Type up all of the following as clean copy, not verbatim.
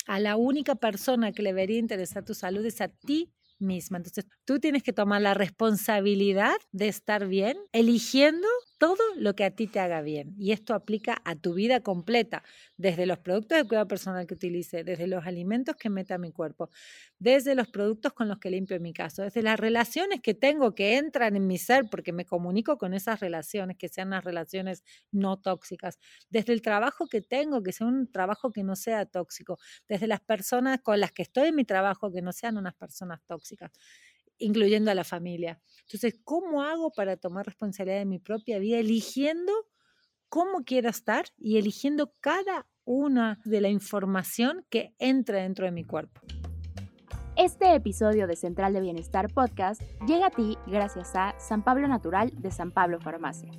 a la única persona que le debería interesar tu salud es a ti misma. Entonces, tú tienes que tomar la responsabilidad de estar bien, eligiendo todo lo que a ti te haga bien. Y esto aplica a tu vida completa, desde los productos de cuidado personal que utilice, desde los alimentos que meta a mi cuerpo, desde los productos con los que limpio mi casa, desde las relaciones que tengo que entran en mi ser, porque me comunico con esas relaciones, que sean las relaciones no tóxicas, desde el trabajo que tengo, que sea un trabajo que no sea tóxico, desde las personas con las que estoy en mi trabajo, que no sean unas personas tóxicas, incluyendo a la familia. Entonces, ¿cómo hago para tomar responsabilidad de mi propia vida, eligiendo cómo quiero estar y eligiendo cada una de la información que entra dentro de mi cuerpo? Este episodio de Central de Bienestar Podcast llega a ti gracias a San Pablo Natural de San Pablo Farmacia.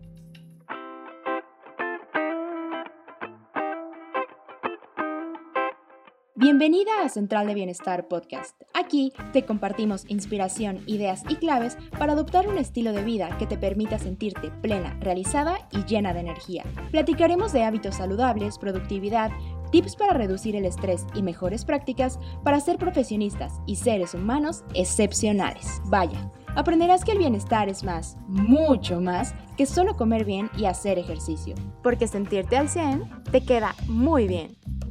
Bienvenida a Central de Bienestar Podcast. Aquí te compartimos inspiración, ideas y claves para adoptar un estilo de vida que te permita sentirte plena, realizada y llena de energía. Platicaremos de hábitos saludables, productividad, tips para reducir el estrés y mejores prácticas para ser profesionistas y seres humanos excepcionales. Vaya, aprenderás que el bienestar es más, mucho más, que solo comer bien y hacer ejercicio. Porque sentirte al 100 te queda muy bien.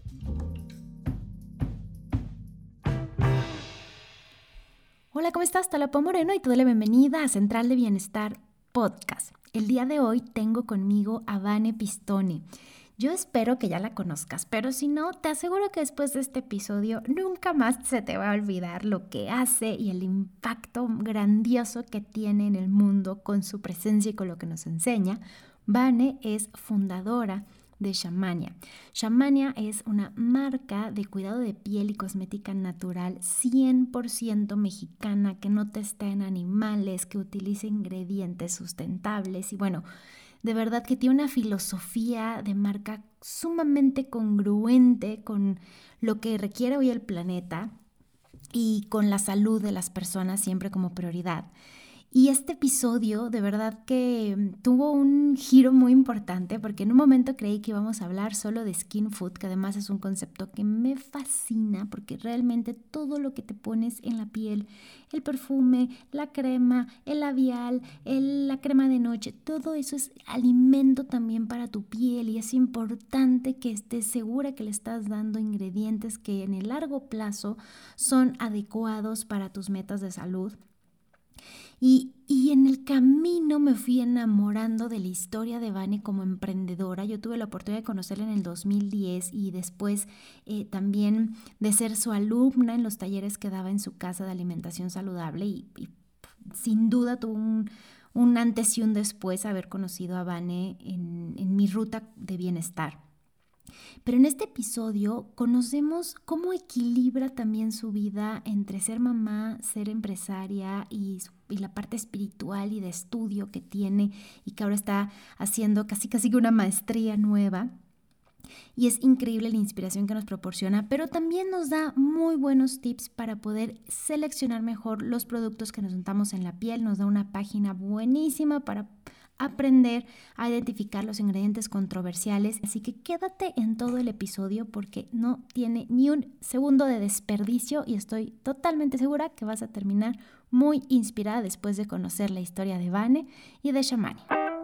Hola, ¿cómo estás? Talapo Moreno y te doy la bienvenida a Central de Bienestar Podcast. El día de hoy tengo conmigo a Vane Pistone. Yo espero que ya la conozcas, pero si no, te aseguro que después de este episodio nunca más se te va a olvidar lo que hace y el impacto grandioso que tiene en el mundo con su presencia y con lo que nos enseña. Vane es fundadora de Shamania. Shamania es una marca de cuidado de piel y cosmética natural 100% mexicana, que no testa en animales, que utiliza ingredientes sustentables y bueno, de verdad que tiene una filosofía de marca sumamente congruente con lo que requiere hoy el planeta y con la salud de las personas siempre como prioridad. Y este episodio de verdad que tuvo un giro muy importante porque en un momento creí que íbamos a hablar solo de skin food, que además es un concepto que me fascina porque realmente todo lo que te pones en la piel, el perfume, la crema, el labial, la crema de noche, todo eso es alimento también para tu piel y es importante que estés segura que le estás dando ingredientes que en el largo plazo son adecuados para tus metas de salud. Y en el camino me fui enamorando de la historia de Vane como emprendedora. Yo tuve la oportunidad de conocerla en el 2010 y después también de ser su alumna en los talleres que daba en su casa de alimentación saludable y sin duda tuvo un antes y un después haber conocido a Vane en mi ruta de bienestar. Pero en este episodio conocemos cómo equilibra también su vida entre ser mamá, ser empresaria y la parte espiritual y de estudio que tiene y que ahora está haciendo casi que una maestría nueva. Y es increíble la inspiración que nos proporciona, pero también nos da muy buenos tips para poder seleccionar mejor los productos que nos untamos en la piel. Nos da una página buenísima para aprender a identificar los ingredientes controversiales. Así que quédate en todo el episodio porque no tiene ni un segundo de desperdicio y estoy totalmente segura que vas a terminar muy inspirada después de conocer la historia de Vane y de Shamania.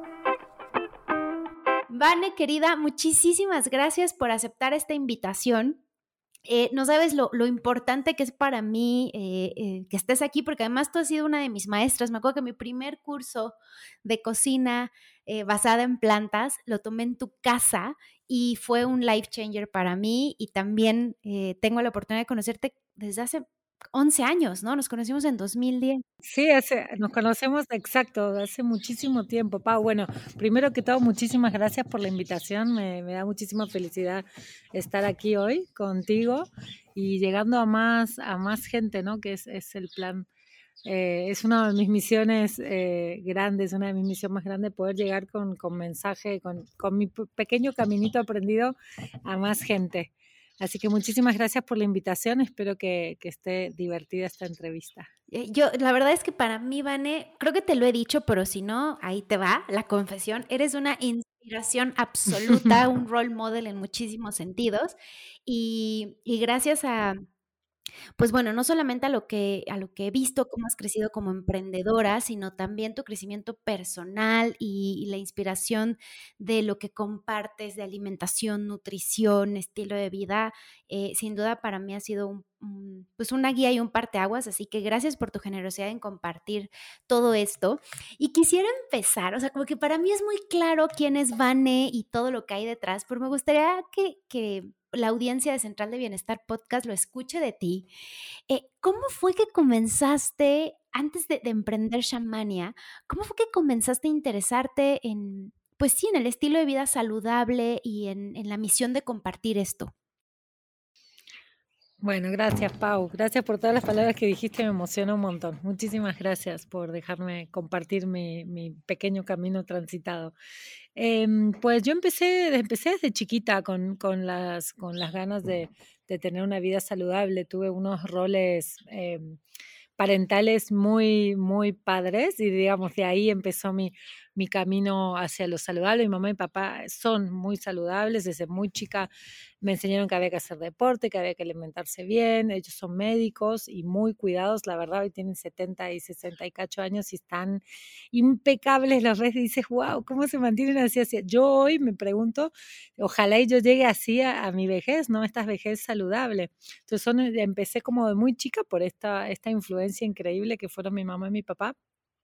Vane, querida, muchísimas gracias por aceptar esta invitación. No sabes lo importante que es para mí que estés aquí, porque además tú has sido una de mis maestras. Me acuerdo que mi primer curso de cocina basada en plantas lo tomé en tu casa y fue un life changer para mí y también tengo la oportunidad de conocerte desde hace 11 años, ¿no? Nos conocimos en 2010. Sí, nos conocemos exacto, hace muchísimo tiempo, Pau. Bueno, primero que todo, muchísimas gracias por la invitación. Me da muchísima felicidad estar aquí hoy contigo y llegando a más gente, ¿no? Que es el plan. Es una de mis misiones grandes, una de mis misiones más grandes, poder llegar con mensaje, con mi pequeño caminito aprendido a más gente. Así que muchísimas gracias por la invitación. Espero que esté divertida esta entrevista. La verdad es que para mí, Vane, creo que te lo he dicho, pero si no, ahí te va la confesión. Eres una inspiración absoluta, un role model en muchísimos sentidos. Y gracias a, pues bueno, no solamente a lo que he visto, cómo has crecido como emprendedora, sino también tu crecimiento personal y la inspiración de lo que compartes de alimentación, nutrición, estilo de vida, sin duda para mí ha sido pues una guía y un parteaguas, así que gracias por tu generosidad en compartir todo esto. Y quisiera empezar, o sea, como que para mí es muy claro quién es Vane y todo lo que hay detrás, pero me gustaría que la audiencia de Central de Bienestar Podcast lo escuche de ti. ¿Cómo fue que comenzaste, antes de emprender Shamania, cómo fue que comenzaste a interesarte en, pues sí, en el estilo de vida saludable y en la misión de compartir esto? Bueno, gracias, Pau. Gracias por todas las palabras que dijiste, me emociona un montón. Muchísimas gracias por dejarme compartir mi pequeño camino transitado. Pues yo empecé desde chiquita con las ganas de tener una vida saludable. Tuve unos roles parentales muy, muy padres y digamos, de ahí empezó mi camino hacia lo saludable. Mi mamá y papá son muy saludables, desde muy chica me enseñaron que había que hacer deporte, que había que alimentarse bien. Ellos son médicos y muy cuidados, la verdad, hoy tienen 70 y 60 y cacho años y están impecables. Los ves y dices, wow, ¿cómo se mantienen así? Yo hoy me pregunto, ojalá y yo llegue así a mi vejez, ¿no? Esta vejez saludable. Entonces empecé como de muy chica por esta influencia increíble que fueron mi mamá y mi papá.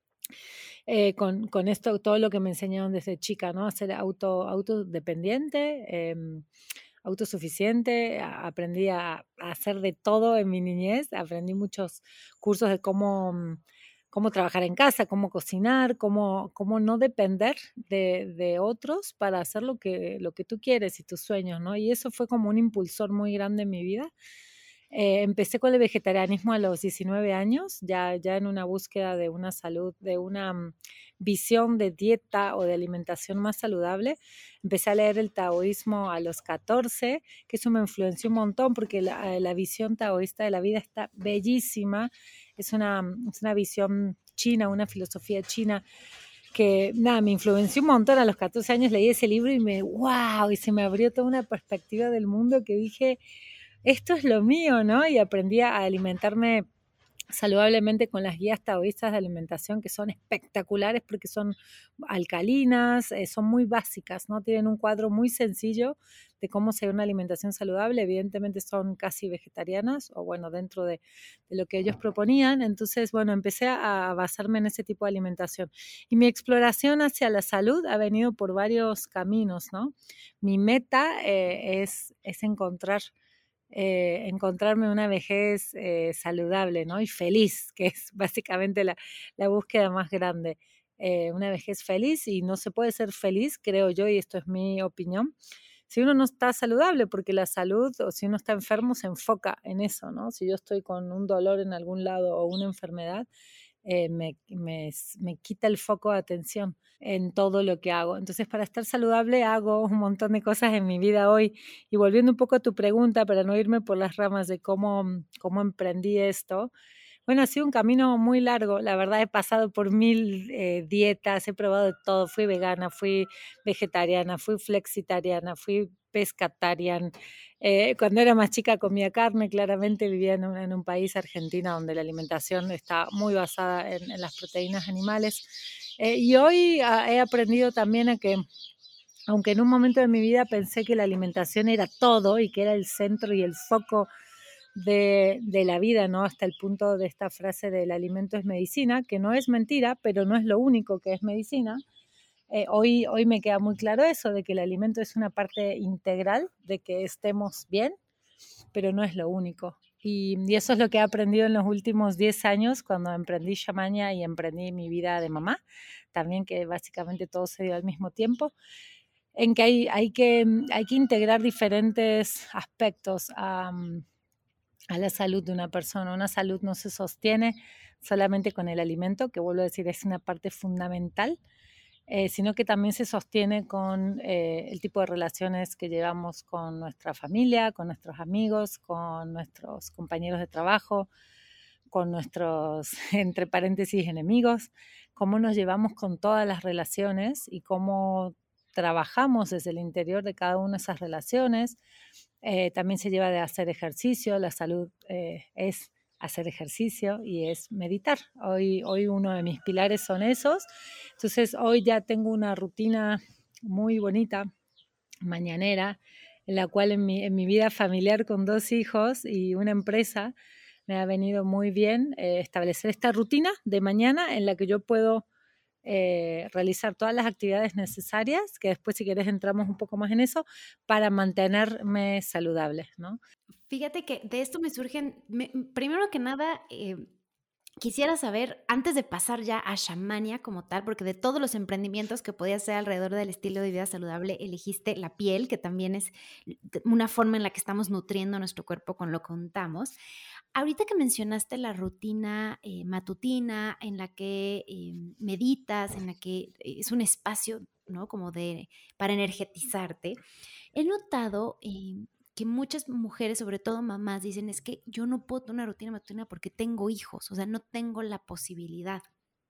Con esto, todo lo que me enseñaron desde chica, ¿no? A ser autodependiente, autosuficiente. Aprendí a hacer de todo en mi niñez. Aprendí muchos cursos de cómo trabajar en casa, cómo cocinar, cómo no depender de otros para hacer lo que tú quieres y tus sueños, ¿no? Y eso fue como un impulsor muy grande en mi vida. Empecé con el vegetarianismo a los 19 años, ya en una búsqueda de una salud, de una visión de dieta o de alimentación más saludable. Empecé a leer el taoísmo a los 14, que eso me influenció un montón porque la visión taoísta de la vida está bellísima. Es una visión china, una filosofía china que nada, me influenció un montón. A los 14 años leí ese libro wow, y se me abrió toda una perspectiva del mundo que dije, esto es lo mío, ¿no? Y aprendí a alimentarme saludablemente con las guías taoístas de alimentación, que son espectaculares porque son alcalinas, son muy básicas, ¿no? Tienen un cuadro muy sencillo de cómo se ve una alimentación saludable. Evidentemente son casi vegetarianas, o bueno, dentro de lo que ellos proponían. Entonces, bueno, empecé a basarme en ese tipo de alimentación. Y mi exploración hacia la salud ha venido por varios caminos, ¿no? Mi meta es encontrarme una vejez saludable, ¿no? Y feliz, que es básicamente la búsqueda más grande. Una vejez feliz, y no se puede ser feliz, creo yo, y esto es mi opinión, si uno no está saludable, porque la salud, o si uno está enfermo, se enfoca en eso, ¿no? Si yo estoy con un dolor en algún lado o una enfermedad, me quita el foco de atención en todo lo que hago. Entonces, para estar saludable hago un montón de cosas en mi vida hoy. Y volviendo un poco a tu pregunta, para no irme por las ramas de cómo emprendí esto, bueno, ha sido un camino muy largo. La verdad, he pasado por 1000 dietas, he probado de todo. Fui vegana, fui vegetariana, fui flexitariana, fui pescatarian. Cuando era más chica comía carne, claramente vivía en un país, Argentina, donde la alimentación está muy basada en las proteínas animales. Y hoy he aprendido también a que, aunque en un momento de mi vida pensé que la alimentación era todo y que era el centro y el foco de la vida, ¿no? Hasta el punto de esta frase del alimento es medicina, que no es mentira, pero no es lo único que es medicina. Hoy me queda muy claro eso, de que el alimento es una parte integral de que estemos bien, pero no es lo único. Y eso es lo que he aprendido en los últimos 10 años cuando emprendí Shamania y emprendí mi vida de mamá, también, que básicamente todo se dio al mismo tiempo, en que hay que integrar diferentes aspectos a la salud de una persona. Una salud no se sostiene solamente con el alimento, que vuelvo a decir, es una parte fundamental, sino que también se sostiene con el tipo de relaciones que llevamos con nuestra familia, con nuestros amigos, con nuestros compañeros de trabajo, con nuestros, entre paréntesis, enemigos, cómo nos llevamos con todas las relaciones y cómo trabajamos desde el interior de cada una de esas relaciones. También se lleva de hacer ejercicio, la salud es hacer ejercicio y es meditar. Hoy uno de mis pilares son esos. Entonces hoy ya tengo una rutina muy bonita, mañanera, en la cual en mi vida familiar con 2 hijos y una empresa me ha venido muy bien establecer esta rutina de mañana en la que yo puedo realizar todas las actividades necesarias, que después si querés entramos un poco más en eso, para mantenerme saludable, ¿no? Fíjate que de esto me surgen, primero que nada, quisiera saber, antes de pasar ya a Shamania como tal, porque de todos los emprendimientos que podías hacer alrededor del estilo de vida saludable, elegiste la piel, que también es una forma en la que estamos nutriendo nuestro cuerpo con lo que untamos. Ahorita que mencionaste la rutina matutina en la que meditas, en la que es un espacio, ¿no? Como para energetizarte, he notado que muchas mujeres, sobre todo mamás, dicen es que yo no puedo tener una rutina matutina porque tengo hijos, o sea, no tengo la posibilidad.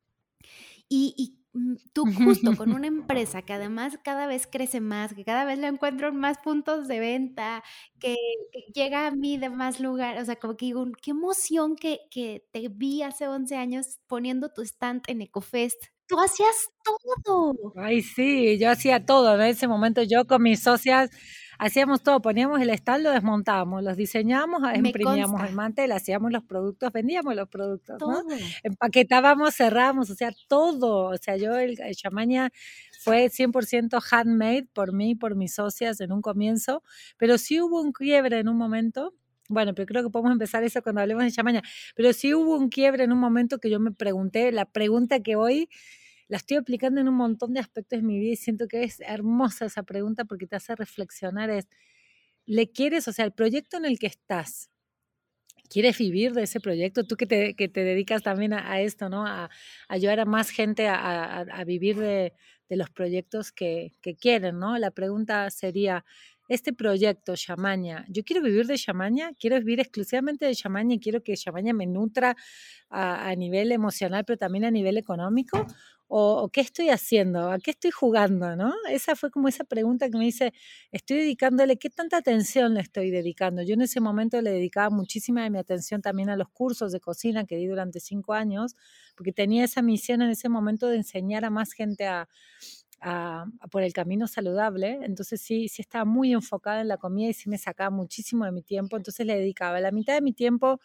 Tú justo con una empresa que además cada vez crece más, que cada vez le encuentro más puntos de venta, que llega a mí de más lugares, o sea, como que digo, qué emoción que te vi hace 11 años poniendo tu stand en Ecofest. Tú hacías todo. Ay, sí, yo hacía todo. En ese momento yo con mis socias hacíamos todo, poníamos el stand, lo desmontábamos, los diseñábamos, Me imprimíamos el consta, mantel, hacíamos los productos, vendíamos los productos, ¿no? todo. Empaquetábamos, cerrábamos, o sea, todo. O sea, yo el Chamaña fue 100% handmade por mí, por mis socias en un comienzo, pero sí hubo un quiebre en un momento. Bueno, pero creo que podemos empezar eso cuando hablemos de Chamaña, pero sí hubo un quiebre en un momento que yo me pregunté, la pregunta que hoy la estoy aplicando en un montón de aspectos de mi vida y siento que es hermosa esa pregunta porque te hace reflexionar, ¿le quieres, o sea, el proyecto en el que estás, quieres vivir de ese proyecto? Tú que te dedicas también a esto, ¿no? A ayudar a más gente a vivir de los proyectos que quieren, ¿no? La pregunta sería, este proyecto, Shamaña, ¿yo quiero vivir de Shamaña? ¿Quiero vivir exclusivamente de Shamaña y quiero que Shamaña me nutra a nivel emocional, pero también a nivel económico? ¿O qué estoy haciendo? ¿A qué estoy jugando? ¿No? Esa fue como esa pregunta que me hice, estoy dedicándole, ¿qué tanta atención le estoy dedicando? Yo en ese momento le dedicaba muchísima de mi atención también a los cursos de cocina que di durante 5 años, porque tenía esa misión en ese momento de enseñar a más gente por el camino saludable. Entonces sí estaba muy enfocada en la comida y sí me sacaba muchísimo de mi tiempo. Entonces le dedicaba la mitad de mi tiempo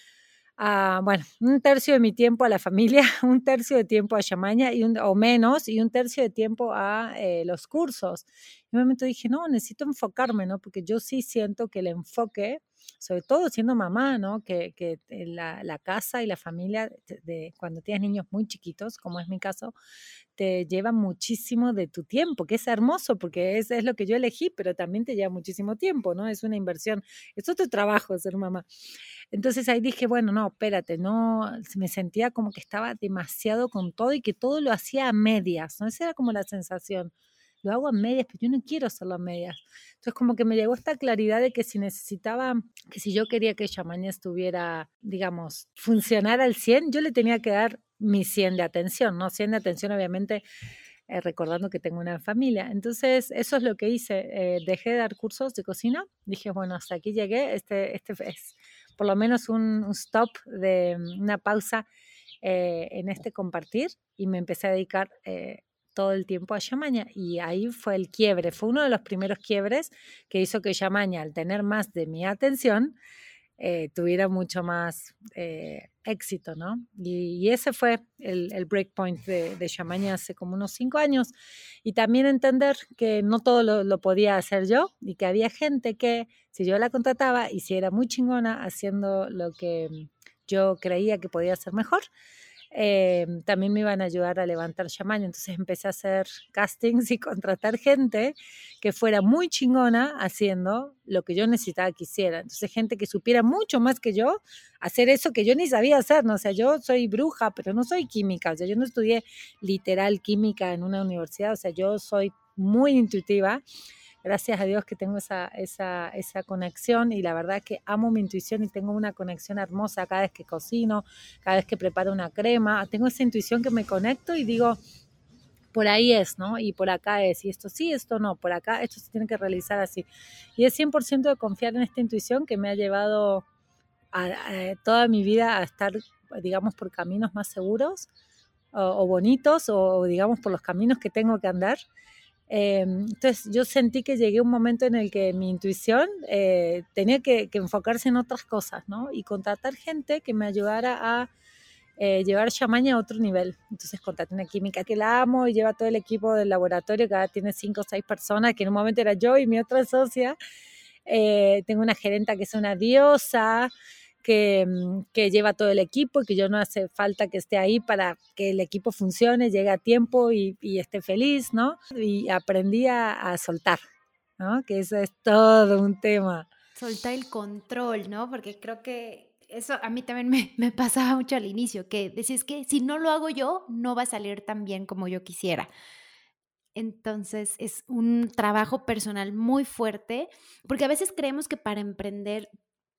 bueno, un tercio de mi tiempo a la familia, un tercio de tiempo a Shamaña o menos, y un tercio de tiempo a los cursos. En un momento dije, no, necesito enfocarme, ¿no? Porque yo sí siento que el enfoque, sobre todo siendo mamá, ¿no? Que la casa y la familia, cuando tienes niños muy chiquitos, como es mi caso, te lleva muchísimo de tu tiempo, que es hermoso porque es lo que yo elegí, pero también te lleva muchísimo tiempo, ¿no? Es una inversión, es otro trabajo ser mamá. Entonces ahí dije, bueno, no, espérate, no, me sentía como que estaba demasiado con todo y que todo lo hacía a medias, ¿no? Esa era como la sensación. Lo hago a medias, pero yo no quiero hacerlo a medias. Entonces como que me llegó esta claridad de que si necesitaba, que si yo quería que Shamaña estuviera, digamos, funcionara al 100, yo le tenía que dar mi 100 de atención, ¿no? 100 de atención obviamente recordando que tengo una familia. Entonces, eso es lo que hice. Dejé de dar cursos de cocina. Dije, bueno, hasta aquí llegué. Este es por lo menos un stop, una pausa en este compartir y me empecé a dedicar todo el tiempo a Shamaña y ahí fue el quiebre. Fue uno de los primeros quiebres que hizo que Shamaña, al tener más de mi atención, tuviera mucho más éxito, ¿no? Y ese fue el breakpoint de Shamaña hace como unos 5 años. Y también entender que no todo lo podía hacer yo y que había gente que, si yo la contrataba y si era muy chingona haciendo lo que yo creía que podía hacer mejor, también me iban a ayudar a levantar Shamaña. Entonces empecé a hacer castings y contratar gente que fuera muy chingona haciendo lo que yo necesitaba que hiciera. Entonces gente que supiera mucho más que yo hacer eso que yo ni sabía hacer, ¿no? O sea, yo soy bruja, pero no soy química. O sea, yo no estudié literal química en una universidad. O sea, yo soy muy intuitiva. Gracias a Dios que tengo esa conexión y la verdad que amo mi intuición y tengo una conexión hermosa cada vez que cocino, cada vez que preparo una crema. Tengo esa intuición que me conecto y digo, por ahí es, ¿no? Y por acá es, y esto sí, esto no, por acá, esto se tiene que realizar así. Y es 100% de confiar en esta intuición que me ha llevado toda mi vida a estar, digamos, por caminos más seguros o bonitos, o digamos por los caminos que tengo que andar. Entonces yo sentí que llegué a un momento en el que mi intuición tenía que enfocarse en otras cosas, ¿no? Y contratar gente que me ayudara a llevar Shamaña a otro nivel. Entonces contraté una química que la amo y lleva todo el equipo del laboratorio, que ahora tiene 5 o 6 personas, que en un momento era yo y mi otra socia. Tengo una gerenta que es una diosa, que lleva todo el equipo y que yo no hace falta que esté ahí para que el equipo funcione, llegue a tiempo y esté feliz, ¿no? Y aprendí a soltar, ¿no? Que eso es todo un tema. Soltar el control, ¿no? Porque creo que eso a mí también me pasaba mucho al inicio, que decís que si no lo hago yo, no va a salir tan bien como yo quisiera. Entonces es un trabajo personal muy fuerte, porque a veces creemos que para emprender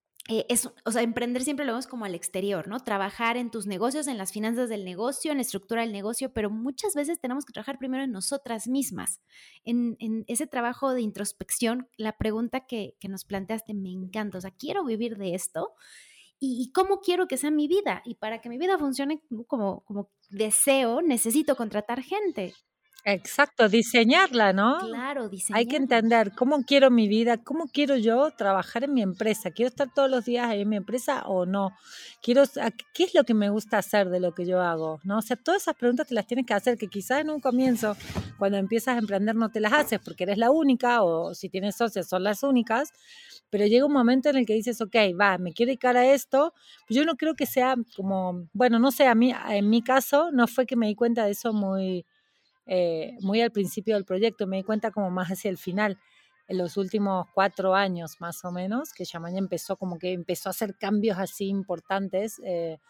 o sea, emprender siempre lo vemos como al exterior, ¿no? Trabajar en tus negocios, en las finanzas del negocio, en la estructura del negocio, pero muchas veces tenemos que trabajar primero en nosotras mismas, en ese trabajo de introspección. La pregunta que nos planteaste me encanta, o sea, quiero vivir de esto y cómo quiero que sea mi vida, y para que mi vida funcione como deseo, necesito contratar gente. Exacto, diseñarla, ¿no? Claro, Hay que diseñarla. entender cómo quiero mi vida, cómo quiero yo trabajar en mi empresa. ¿Quiero estar todos los días en mi empresa o no? ¿Qué es lo que me gusta hacer de lo que yo hago? ¿No? O sea, todas esas preguntas te las tienes que hacer, que quizás en un comienzo, cuando empiezas a emprender, no te las haces porque eres la única, o si tienes socios son las únicas, pero llega un momento en el que dices, ok, va, me quiero dedicar a esto. Yo no creo que sea como, bueno, no sé, a mí, en mi caso, no fue que me di cuenta de eso muy al principio del proyecto, me di cuenta como más hacia el final, en los últimos 4 años más o menos, que Shamaña empezó a hacer cambios así importantes,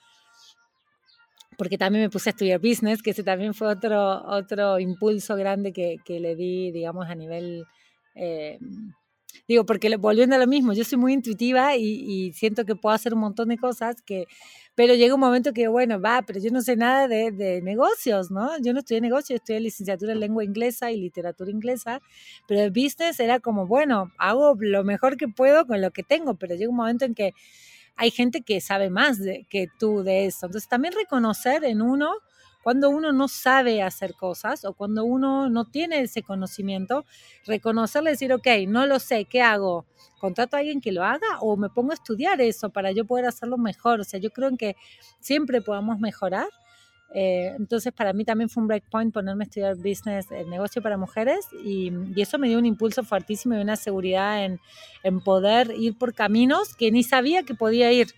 porque también me puse a estudiar business, que ese también fue otro impulso grande que le di, digamos, a nivel... Eh, Digo, porque volviendo a lo mismo, yo soy muy intuitiva y siento que puedo hacer un montón de cosas, pero llega un momento que, bueno, pero yo no sé nada de negocios, ¿no? Yo no estudié negocios, estudié licenciatura en lengua inglesa y literatura inglesa, pero el business era como, bueno, hago lo mejor que puedo con lo que tengo, pero llega un momento en que hay gente que sabe más que tú de eso. Entonces, también reconocer en uno cuando uno no sabe hacer cosas o cuando uno no tiene ese conocimiento, reconocerle y decir, ok, no lo sé, ¿qué hago? ¿Contrato a alguien que lo haga o me pongo a estudiar eso para yo poder hacerlo mejor? O sea, yo creo en que siempre podamos mejorar. Entonces, para mí también fue un breakpoint ponerme a estudiar business, el negocio para mujeres, y eso me dio un impulso fuertísimo y una seguridad en poder ir por caminos que ni sabía que podía ir.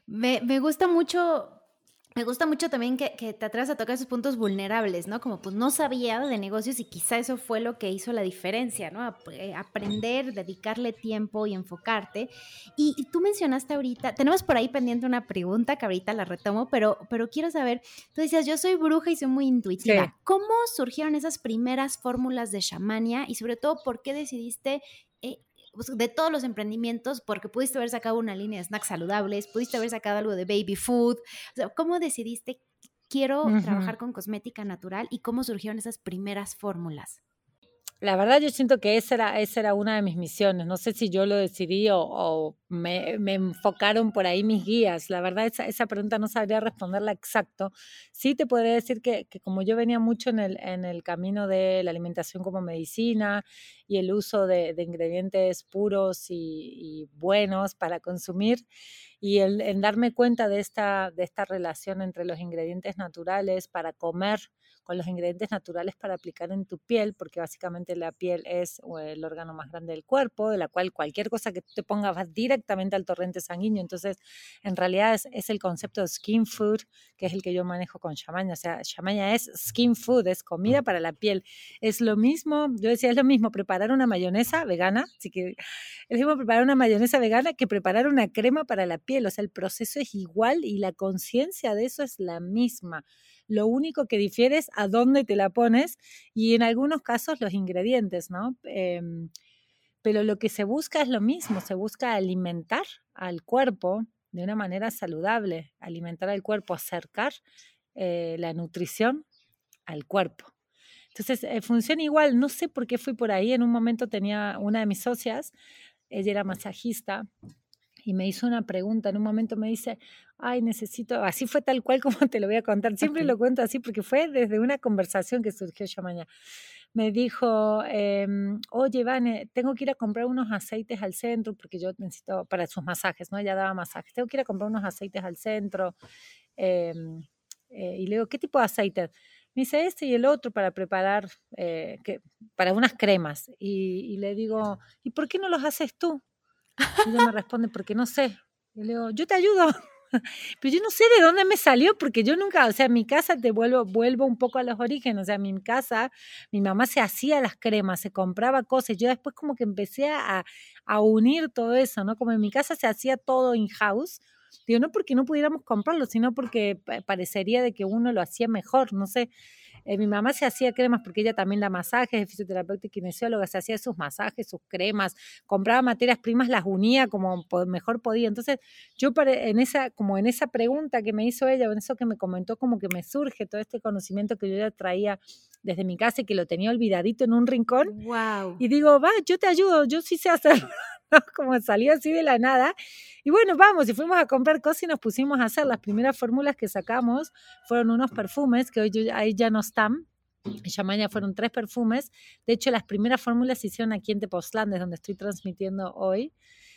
Me gusta mucho. Me gusta mucho también que te atrevas a tocar esos puntos vulnerables, ¿no? Como pues no sabía de negocios y quizá eso fue lo que hizo la diferencia, ¿no? Aprender, dedicarle tiempo y enfocarte. Y tú mencionaste ahorita, tenemos por ahí pendiente una pregunta que ahorita la retomo, pero quiero saber, tú decías, yo soy bruja y soy muy Sí. intuitiva. ¿Cómo surgieron esas primeras fórmulas de Shamania y sobre todo por qué decidiste pues, de todos los emprendimientos, porque pudiste haber sacado una línea de snacks saludables, pudiste haber sacado algo de baby food? O sea, ¿cómo decidiste quiero Ujú. trabajar con cosmética natural y cómo surgieron esas primeras fórmulas? La verdad yo siento que esa era una de mis misiones. No sé si yo lo decidí o me enfocaron por ahí mis guías. La verdad esa pregunta no sabría responderla exacto. Sí te podría decir que como yo venía mucho en el camino de la alimentación como medicina y el uso de ingredientes puros y buenos para consumir, y en darme cuenta de esta relación entre los ingredientes naturales para comer, con los ingredientes naturales para aplicar en tu piel, porque básicamente la piel es el órgano más grande del cuerpo, de la cual cualquier cosa que tú te pongas va directamente al torrente sanguíneo. Entonces, en realidad es el concepto de skin food, que es el que yo manejo con Shamaña. O sea, Shamaña es skin food, es comida para la piel. Es lo mismo, yo decía, es lo mismo preparar una mayonesa vegana, así que es lo mismo preparar una mayonesa vegana que preparar una crema para la piel. O sea, el proceso es igual y la conciencia de eso es la misma. Lo único que difiere es a dónde te la pones y en algunos casos los ingredientes, ¿no? Pero lo que se busca es lo mismo, se busca alimentar al cuerpo de una manera saludable, alimentar al cuerpo, acercar la nutrición al cuerpo. Entonces, funciona igual. No sé por qué fui por ahí. En un momento tenía una de mis socias, ella era masajista, y me hizo una pregunta. En un momento me dice, ay, necesito, así fue tal cual como te lo voy a contar. Siempre Ok. lo cuento así porque fue desde una conversación que surgió yo mañana. Me dijo, oye, Vane, tengo que ir a comprar unos aceites al centro porque yo necesito, para sus masajes, ¿no? Ella daba masajes. Tengo que ir a comprar unos aceites al centro. em, y le digo, ¿qué tipo de aceite? Me dice, este y el otro para preparar, para unas cremas. Y le digo, ¿y por qué no los haces tú? Y ella me responde, porque no sé. Y le digo, yo te ayudo. Pero yo no sé de dónde me salió, porque yo nunca, o sea, en mi casa vuelvo un poco a los orígenes, o sea, en mi casa, mi mamá se hacía las cremas, se compraba cosas, yo después como que empecé a unir todo eso, ¿no? Como en mi casa se hacía todo in-house, digo, no porque no pudiéramos comprarlo, sino porque parecería de que uno lo hacía mejor, no sé. Mi mamá se hacía cremas porque ella también da masajes, es fisioterapeuta y kinesióloga, se hacía sus masajes, sus cremas, compraba materias primas, las unía como mejor podía. Entonces, yo como en esa pregunta que me hizo ella, o en eso que me comentó, como que me surge todo este conocimiento que yo ya traía desde mi casa y que lo tenía olvidadito en un rincón. Wow. Y digo, va, yo te ayudo, yo sí sé hacerlo, ¿no? Como salió así de la nada. Y bueno, vamos, y fuimos a comprar cosas y nos pusimos a hacer. Las primeras fórmulas que sacamos fueron unos perfumes que hoy ahí ya no están. En Yamaña fueron 3 perfumes. De hecho, las primeras fórmulas se hicieron aquí en Tepoztlán, desde donde estoy transmitiendo hoy.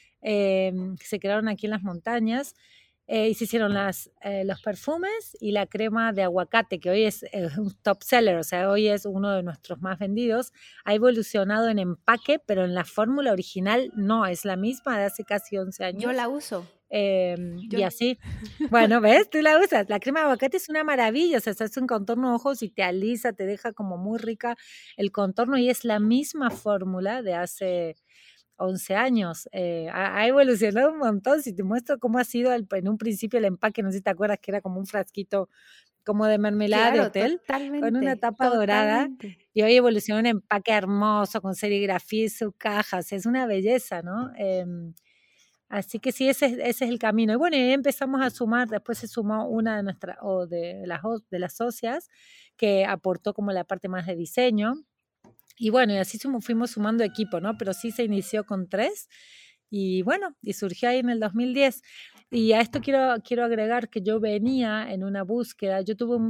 Se crearon aquí en las montañas. Y se hicieron los perfumes y la crema de aguacate, que hoy es un top seller, o sea, hoy es uno de nuestros más vendidos. Ha evolucionado en empaque, pero en la fórmula original no, es la misma de hace casi 11 años. Yo la uso. Y así, bueno, ¿ves? Tú la usas. La crema de aguacate es una maravilla, o sea, se hace un contorno de ojos y te alisa, te deja como muy rica el contorno y es la misma fórmula de hace 11 años. Ha evolucionado un montón. Si te muestro cómo ha sido en un principio el empaque, no sé si te acuerdas que era como un frasquito como de mermelada de Claro, hotel con una totalmente, tapa dorada totalmente. y hoy evolucionó un empaque hermoso con serigrafía y su caja. O sea, es una belleza, ¿no? Así que sí, ese es el camino. Y bueno, y ahí empezamos a sumar, después se sumó una de nuestras, o de las socias, que aportó como la parte más de diseño. Y bueno, y así fuimos sumando equipo, ¿no? Pero sí se inició con 3 y bueno, y surgió ahí en el 2010. Y a esto quiero agregar que yo venía en una búsqueda, yo tuve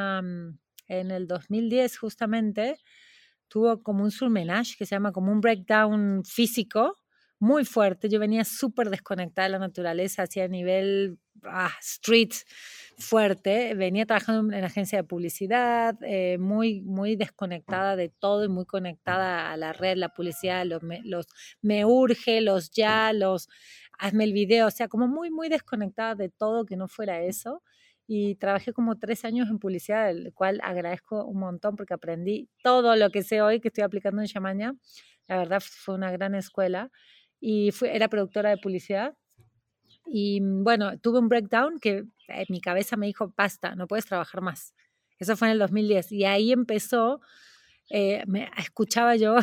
en el 2010 justamente, tuvo como un surmenage que se llama como un breakdown físico muy fuerte. Yo venía súper desconectada de la naturaleza, hacia nivel street fuerte. Venía trabajando en agencia de publicidad, muy, muy desconectada de todo y muy conectada a la red, la publicidad, los me urge, los ya, los hazme el video, o sea, como muy, muy desconectada de todo que no fuera eso. Y trabajé como 3 años en publicidad, el cual agradezco un montón porque aprendí todo lo que sé hoy que estoy aplicando en Yamaña. La verdad fue una gran escuela y era productora de publicidad. Y bueno, tuve un breakdown que mi cabeza me dijo, basta, no puedes trabajar más. Eso fue en el 2010 y ahí empezó, escuchaba yo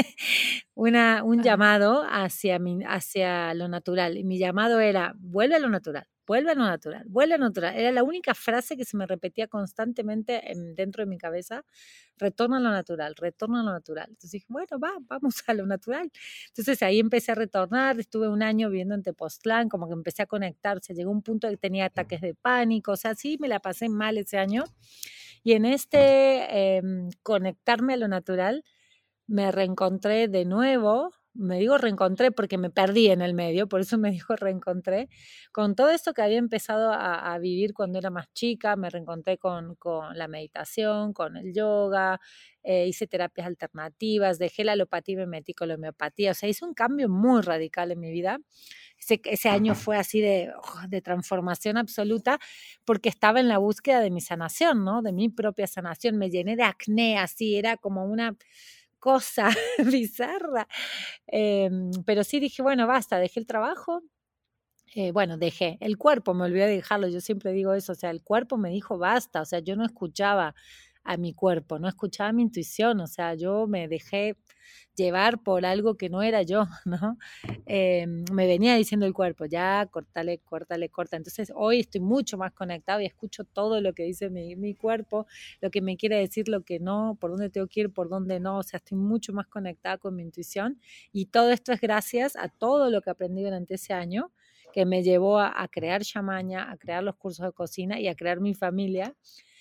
un llamado hacia lo natural. Y mi llamado era, vuelve a lo natural, vuelve a lo natural, vuelve a lo natural. Era la única frase que se me repetía constantemente dentro de mi cabeza, retorno a lo natural, retorno a lo natural. Entonces dije, bueno, vamos a lo natural. Entonces ahí empecé a retornar, estuve un año viviendo en Tepoztlán, como que empecé a conectarse, llegó un punto que tenía ataques de pánico, o sea, sí, me la pasé mal ese año. Y en conectarme a lo natural, me reencontré de nuevo, me digo reencontré porque me perdí en el medio, por eso me digo reencontré, con todo esto que había empezado a vivir cuando era más chica, me reencontré con la meditación, con el yoga, hice terapias alternativas, dejé la alopatía y me metí con la homeopatía, o sea, hice un cambio muy radical en mi vida. Ese año fue así de transformación absoluta porque estaba en la búsqueda de mi sanación, ¿no? De mi propia sanación. Me llené de acné, así, era como una cosa bizarra. Pero sí dije, bueno, basta, dejé el trabajo. Bueno, dejé, el cuerpo me olvidé de dejarlo, yo siempre digo eso, o sea, el cuerpo me dijo basta, o sea, yo no escuchaba a mi cuerpo, no escuchaba mi intuición, o sea, yo me dejé llevar por algo que no era yo, ¿no? Me venía diciendo el cuerpo, ya, córtale, córtale, corta. Entonces hoy estoy mucho más conectado y escucho todo lo que dice mi cuerpo, lo que me quiere decir, lo que no, por dónde tengo que ir, por dónde no, o sea, estoy mucho más conectada con mi intuición y todo esto es gracias a todo lo que aprendí durante ese año que me llevó a crear Shamaña, a crear los cursos de cocina y a crear mi familia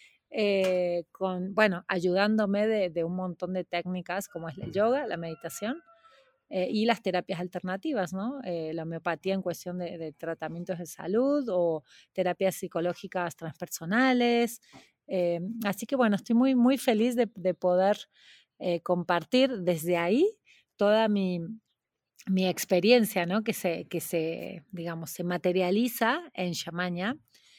bueno, ayudándome de un montón de técnicas como es el yoga, la meditación y las terapias alternativas, ¿no? La homeopatía en cuestión de tratamientos de salud o terapias psicológicas transpersonales. Así que bueno, estoy muy, muy feliz de poder compartir desde ahí toda mi experiencia, ¿no? Digamos, se materializa en Shamaña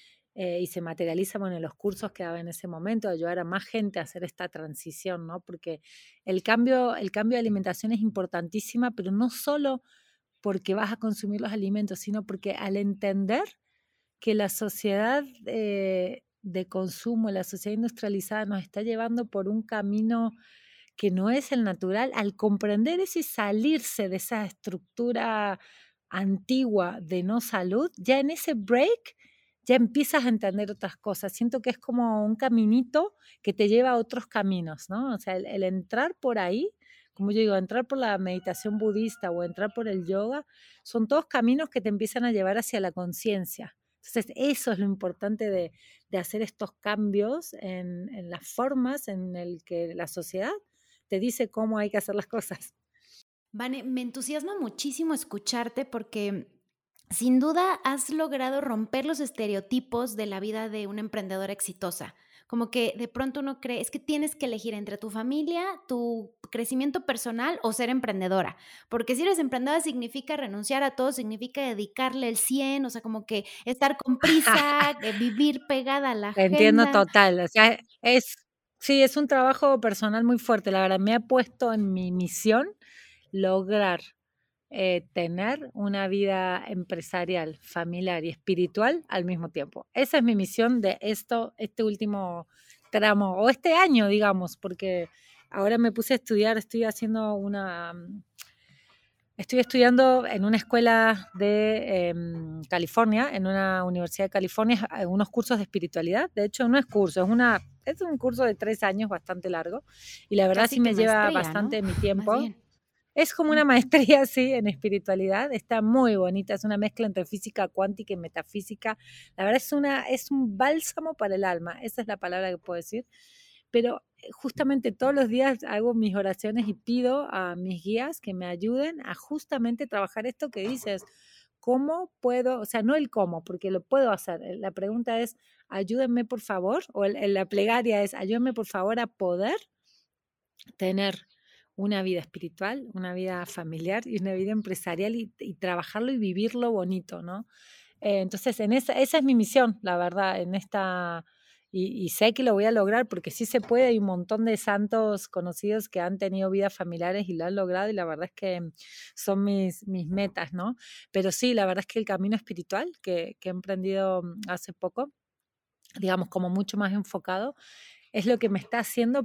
y se materializa, bueno, en los cursos que daba en ese momento, ayudar a más gente a hacer esta transición, ¿no? Porque el cambio de alimentación es importantísima, pero no solo porque vas a consumir los alimentos, sino porque al entender que la sociedad de consumo, la sociedad industrializada nos está llevando por un camino que no es el natural, al comprender eso y salirse de esa estructura antigua de no salud, ya en ese break ya empiezas a entender otras cosas. Siento que es como un caminito que te lleva a otros caminos, ¿no? O sea, el entrar por ahí, como yo digo, entrar por la meditación budista o entrar por el yoga, son todos caminos que te empiezan a llevar hacia la conciencia. Entonces, eso es lo importante de hacer estos cambios en las formas en el que la sociedad te dice cómo hay que hacer las cosas. Vane, me entusiasma muchísimo escucharte porque sin duda has logrado romper los estereotipos de la vida de una emprendedora exitosa. Como que de pronto uno cree, es que tienes que elegir entre tu familia, tu crecimiento personal o ser emprendedora. Porque si eres emprendedora significa renunciar a todo, significa dedicarle el 100, o sea, como que estar con prisa, vivir pegada a la Te entiendo agenda. total, o sea, sí, es un trabajo personal muy fuerte, la verdad, me ha puesto en mi misión lograr tener una vida empresarial, familiar y espiritual al mismo tiempo. Esa es mi misión de este último tramo, o este año, digamos, porque ahora me puse a estudiar, estoy estudiando en una escuela de California, en una universidad de California, unos cursos de espiritualidad. De hecho, no es curso, es un curso de 3 años bastante largo y la verdad Casi sí que me lleva maestría, bastante ¿no? de mi Más tiempo. bien. Es como una maestría, sí, en espiritualidad. Está muy bonita, es una mezcla entre física cuántica y metafísica. La verdad es un bálsamo para el alma, esa es la palabra que puedo decir. Pero justamente todos los días hago mis oraciones y pido a mis guías que me ayuden a justamente trabajar esto que dices. ¿Cómo puedo? O sea, no el cómo, porque lo puedo hacer. La pregunta es, ayúdenme por favor, o la plegaria es, ayúdenme por favor a poder tener una vida espiritual, una vida familiar y una vida empresarial y trabajarlo y vivirlo bonito, ¿no? Entonces, esa es mi misión, la verdad, y sé que lo voy a lograr porque sí se puede, hay un montón de santos conocidos que han tenido vidas familiares y lo han logrado y la verdad es que son mis metas, ¿no? Pero sí, la verdad es que el camino espiritual que he emprendido hace poco, digamos, como mucho más enfocado, es lo que me está haciendo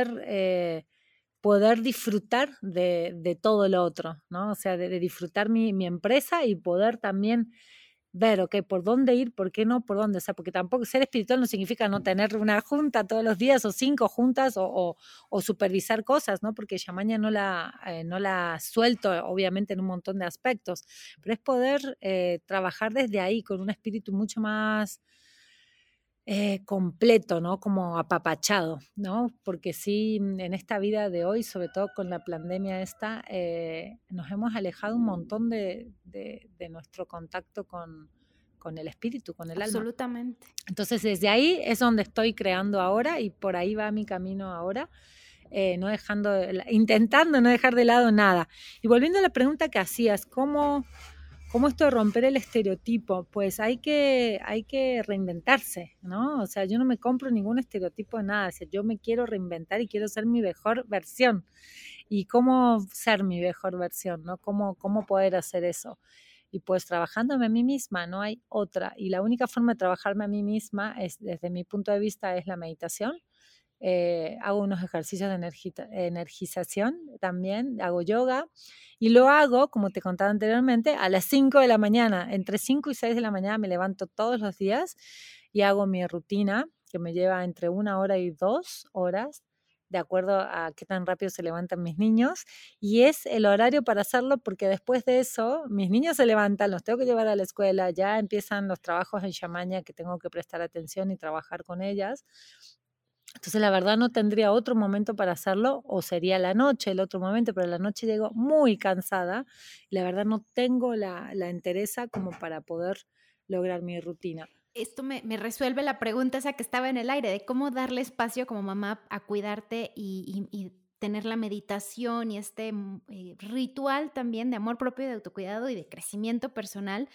poder disfrutar de todo lo otro, ¿no? O sea, de disfrutar mi empresa y poder también ver, ok, por dónde ir, por qué no, por dónde, o sea, porque tampoco ser espiritual no significa no tener una junta todos los días o 5 juntas o supervisar cosas, ¿no? Porque Shamaña no la suelto, obviamente, en un montón de aspectos, pero es poder trabajar desde ahí con un espíritu mucho más completo, ¿no? Como apapachado, ¿no? Porque sí, en esta vida de hoy, sobre todo con la pandemia esta, nos hemos alejado un montón de nuestro contacto con el espíritu, con el alma. Absolutamente. Entonces, desde ahí es donde estoy creando ahora y por ahí va mi camino ahora, no intentando no dejar de lado nada. Y volviendo a la pregunta que hacías, ¿cómo esto de romper el estereotipo? Pues hay que reinventarse, ¿no? O sea, yo no me compro ningún estereotipo de nada, o sea, yo me quiero reinventar y quiero ser mi mejor versión. ¿Y cómo ser mi mejor versión, no? ¿Cómo poder hacer eso? Y pues trabajándome a mí misma, no hay otra. Y la única forma de trabajarme a mí misma, desde mi punto de vista, es la meditación, hago unos ejercicios de energización también, hago yoga y lo hago, como te contaba anteriormente, a las 5 de la mañana. Entre 5 y 6 de la mañana me levanto todos los días y hago mi rutina, que me lleva entre 1 hora y 2 horas, de acuerdo a qué tan rápido se levantan mis niños, y es el horario para hacerlo porque después de eso mis niños se levantan, los tengo que llevar a la escuela, ya empiezan los trabajos en Yamaña que tengo que prestar atención y trabajar con ellas. Entonces, la verdad no tendría otro momento para hacerlo, o sería la noche el otro momento, pero la noche llego muy cansada y la verdad no tengo la entereza como para poder lograr mi rutina. Esto me resuelve la pregunta esa que estaba en el aire, de cómo darle espacio como mamá a cuidarte y tener la meditación y este ritual también de amor propio, de autocuidado y de crecimiento personal,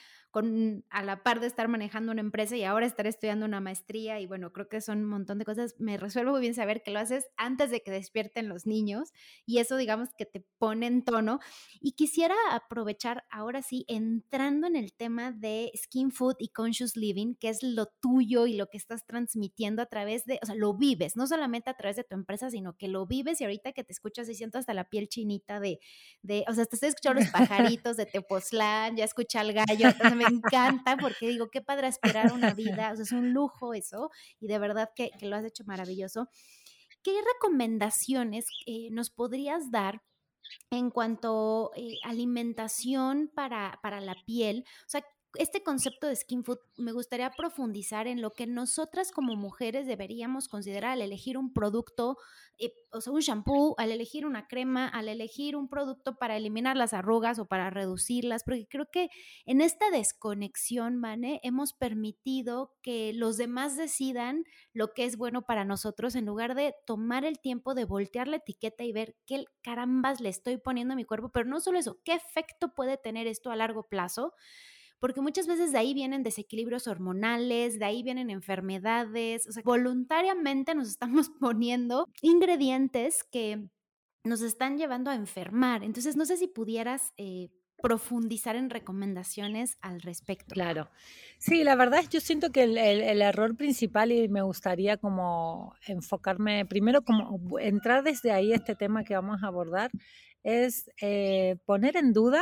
a la par de estar manejando una empresa y ahora estar estudiando una maestría. Y bueno, creo que son un montón de cosas. Me resuelve muy bien saber que lo haces antes de que despierten los niños, y eso, digamos, que te pone en tono. Y quisiera aprovechar ahora sí, entrando en el tema de Skin Food y Conscious Living, que es lo tuyo y lo que estás transmitiendo a través de, o sea, lo vives, no solamente a través de tu empresa, sino que lo vives. Y ahorita que te escuchas y siento hasta la piel chinita o sea, te estoy escuchando los pajaritos de Tepoztlán, ya escuché al gallo, o sea, me encanta porque digo, qué padre aspirar a una vida, o sea, es un lujo eso, y de verdad que lo has hecho maravilloso. ¿Qué recomendaciones nos podrías dar en cuanto alimentación para la piel? O sea, este concepto de skin food me gustaría profundizar en lo que nosotras como mujeres deberíamos considerar al elegir un producto, o sea, un shampoo, al elegir una crema, al elegir un producto para eliminar las arrugas o para reducirlas, porque creo que en esta desconexión, Vane, hemos permitido que los demás decidan lo que es bueno para nosotros, en lugar de tomar el tiempo de voltear la etiqueta y ver qué carambas le estoy poniendo a mi cuerpo, pero no solo eso, qué efecto puede tener esto a largo plazo, porque muchas veces de ahí vienen desequilibrios hormonales, de ahí vienen enfermedades, o sea, voluntariamente nos estamos poniendo ingredientes que nos están llevando a enfermar. Entonces, no sé si pudieras profundizar en recomendaciones al respecto. Claro. Sí, la verdad es yo siento que el error principal, y me gustaría como enfocarme, primero como entrar desde ahí este tema que vamos a abordar, es poner en duda,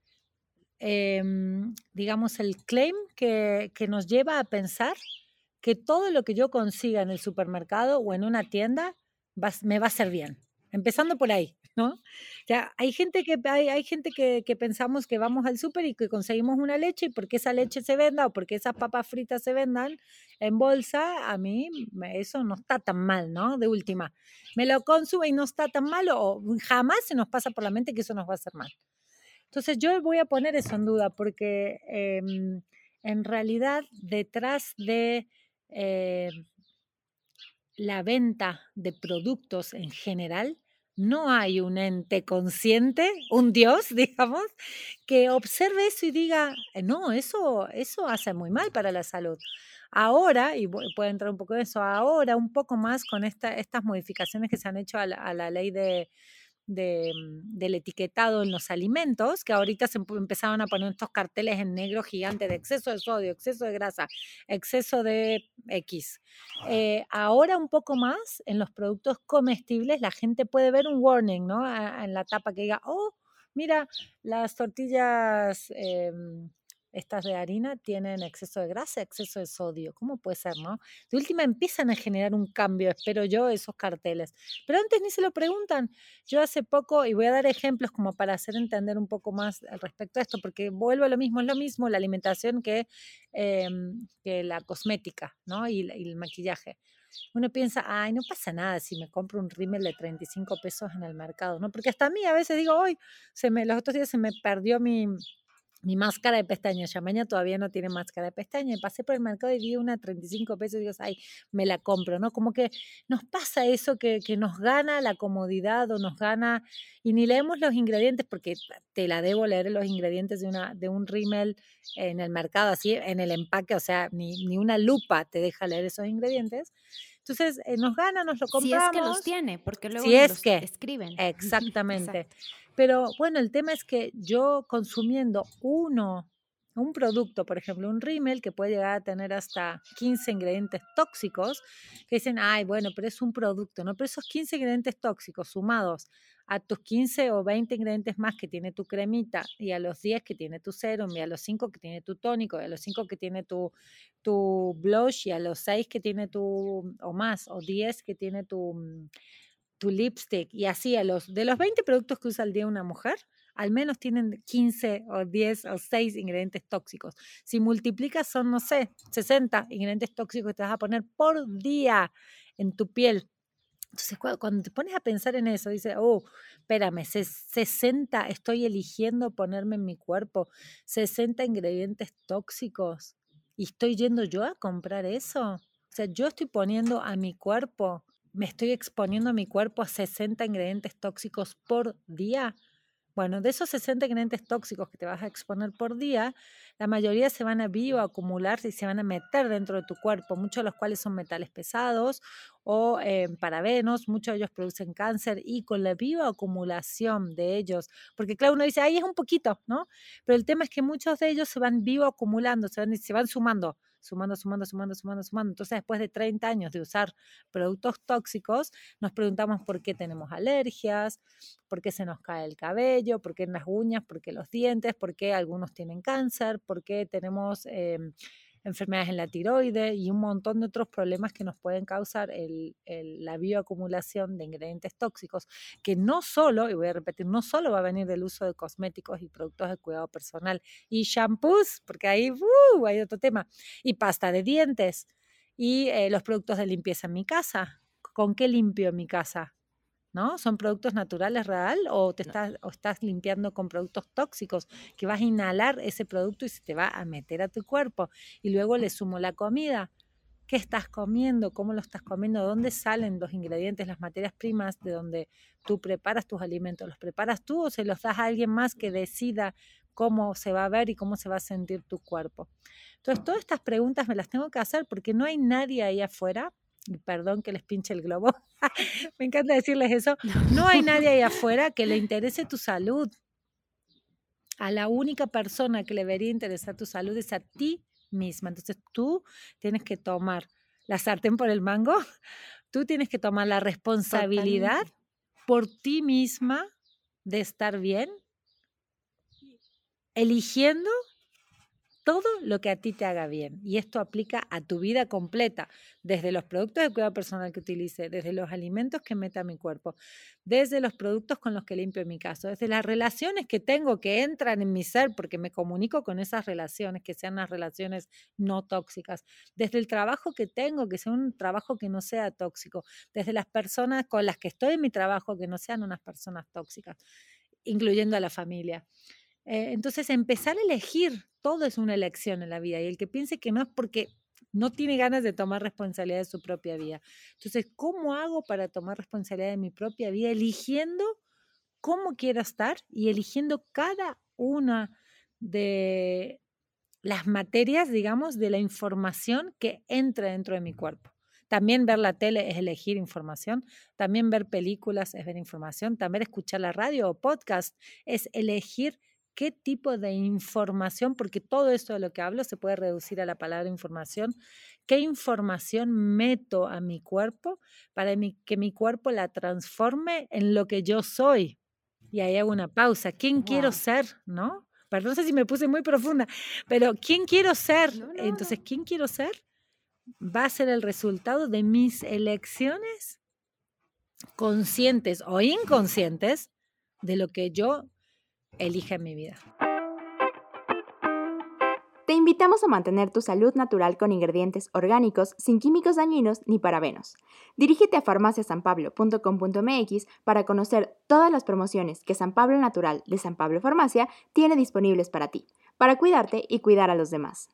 digamos, el claim que nos lleva a pensar que todo lo que yo consiga en el supermercado o en una tienda me va a hacer bien. Empezando por ahí, ¿no? O sea, hay gente que pensamos que vamos al súper y que conseguimos una leche, y porque esa leche se venda o porque esas papas fritas se vendan en bolsa, a mí eso no está tan mal, ¿no? De última, me lo consumo y no está tan mal, o jamás se nos pasa por la mente que eso nos va a hacer mal. Entonces yo voy a poner eso en duda porque en realidad detrás de la venta de productos en general no hay un ente consciente, un Dios, digamos, que observe eso y diga, no, eso hace muy mal para la salud. Ahora, y puedo entrar un poco en eso, ahora un poco más con estas modificaciones que se han hecho a la ley del etiquetado en los alimentos, que ahorita se empezaron a poner estos carteles en negro gigantes de exceso de sodio, exceso de grasa, exceso de X. Ahora un poco más en los productos comestibles la gente puede ver un warning, ¿no? En la tapa que diga, oh, mira, las tortillas estas de harina tienen exceso de grasa, exceso de sodio. ¿Cómo puede ser, no? De última empiezan a generar un cambio, espero yo, esos carteles. Pero antes ni se lo preguntan. Yo hace poco, y voy a dar ejemplos como para hacer entender un poco más al respecto a esto, porque vuelvo a lo mismo, es lo mismo la alimentación que la cosmética, ¿no? Y el maquillaje. Uno piensa, ay, no pasa nada si me compro un rímel de 35 pesos en el mercado, ¿no? Porque hasta a mí a veces digo, hoy, los otros días se me perdió mi máscara de pestañas. Yamaña todavía no tiene máscara de pestañas. Pasé por el mercado y vi una a 35 pesos y digo, ay, me la compro, ¿no? Como que nos pasa eso que nos gana la comodidad o nos gana, y ni leemos los ingredientes, porque te la debo leer los ingredientes de un rímel en el mercado, así, en el empaque, o sea, ni una lupa te deja leer esos ingredientes. Entonces, nos gana, nos lo compramos. Si es que los tiene, porque luego si es los que, escriben. Exactamente. Exacto. Pero bueno, el tema es que yo consumiendo 1 un producto, por ejemplo, un rímel que puede llegar a tener hasta 15 ingredientes tóxicos, que dicen, ay, bueno, pero es un producto, ¿no? Pero esos 15 ingredientes tóxicos sumados a tus 15 o 20 ingredientes más que tiene tu cremita y a los 10 que tiene tu serum y a los 5 que tiene tu tónico y a los 5 que tiene tu blush y a los 6 que tiene o más, o 10 que tiene tu lipstick y así de los 20 productos que usa al día una mujer, al menos tienen 15 o 10 o 6 ingredientes tóxicos. Si multiplicas son, no sé, 60 ingredientes tóxicos que te vas a poner por día en tu piel. Entonces, cuando te pones a pensar en eso, dices, oh, espérame, 60 estoy eligiendo ponerme en mi cuerpo, 60 ingredientes tóxicos, y estoy yendo yo a comprar eso. O sea, yo estoy poniendo a mi cuerpo, me estoy exponiendo a mi cuerpo a 60 ingredientes tóxicos por día. Bueno, de esos 60 ingredientes tóxicos que te vas a exponer por día, la mayoría se van a bioacumular y se van a meter dentro de tu cuerpo, muchos de los cuales son metales pesados o parabenos, muchos de ellos producen cáncer y con la bioacumulación de ellos, porque claro, uno dice, ahí es un poquito, ¿no? Pero el tema es que muchos de ellos se van bioacumulando, se van sumando. Entonces, después de 30 años de usar productos tóxicos, nos preguntamos por qué tenemos alergias, por qué se nos cae el cabello, por qué en las uñas, por qué los dientes, por qué algunos tienen cáncer, por qué tenemos enfermedades en la tiroides y un montón de otros problemas que nos pueden causar la bioacumulación de ingredientes tóxicos, que no solo, y voy a repetir, no solo va a venir del uso de cosméticos y productos de cuidado personal y shampoos, porque ahí hay otro tema, y pasta de dientes y los productos de limpieza en mi casa. ¿Con qué limpio mi casa? ¿No? ¿Son productos naturales real o estás limpiando con productos tóxicos que vas a inhalar ese producto y se te va a meter a tu cuerpo? Y luego le sumo la comida. ¿Qué estás comiendo? ¿Cómo lo estás comiendo? ¿Dónde salen los ingredientes, las materias primas de donde tú preparas tus alimentos? ¿Los preparas tú o se los das a alguien más que decida cómo se va a ver y cómo se va a sentir tu cuerpo? Entonces, todas estas preguntas me las tengo que hacer porque no hay nadie ahí afuera, y perdón que les pinche el globo, me encanta decirles eso, no hay nadie ahí afuera que le interese tu salud. A la única persona que le debería interesar tu salud es a ti misma. Entonces tú tienes que tomar la sartén por el mango, tú tienes que tomar la responsabilidad Totalmente. por ti misma de estar bien, eligiendo todo lo que a ti te haga bien. Y esto aplica a tu vida completa, desde los productos de cuidado personal que utilice, desde los alimentos que meta a mi cuerpo, desde los productos con los que limpio mi casa, desde las relaciones que tengo que entran en mi ser, porque me comunico con esas relaciones, que sean las relaciones no tóxicas, desde el trabajo que tengo, que sea un trabajo que no sea tóxico, desde las personas con las que estoy en mi trabajo, que no sean unas personas tóxicas, incluyendo a la familia. Entonces, empezar a elegir, todo es una elección en la vida y el que piense que no es porque no tiene ganas de tomar responsabilidad de su propia vida. Entonces, ¿cómo hago para tomar responsabilidad de mi propia vida? Eligiendo cómo quiero estar y eligiendo cada una de las materias, digamos, de la información que entra dentro de mi cuerpo. También ver la tele es elegir información, también ver películas es ver información, también escuchar la radio o podcast es elegir qué tipo de información, porque todo esto de lo que hablo se puede reducir a la palabra información, qué información meto a mi cuerpo para que mi cuerpo la transforme en lo que yo soy. Y ahí hago una pausa. ¿Quién quiero Wow. ser? ¿No? Perdón, no sé si me puse muy profunda, pero ¿quién quiero ser? No, no, Entonces, no. ¿quién quiero ser? Va a ser el resultado de mis elecciones conscientes o inconscientes de lo que yo elija en mi vida. Te invitamos a mantener tu salud natural con ingredientes orgánicos, sin químicos dañinos ni parabenos. Dirígete a farmaciasanpablo.com.mx para conocer todas las promociones que San Pablo Natural de San Pablo Farmacia tiene disponibles para ti, para cuidarte y cuidar a los demás.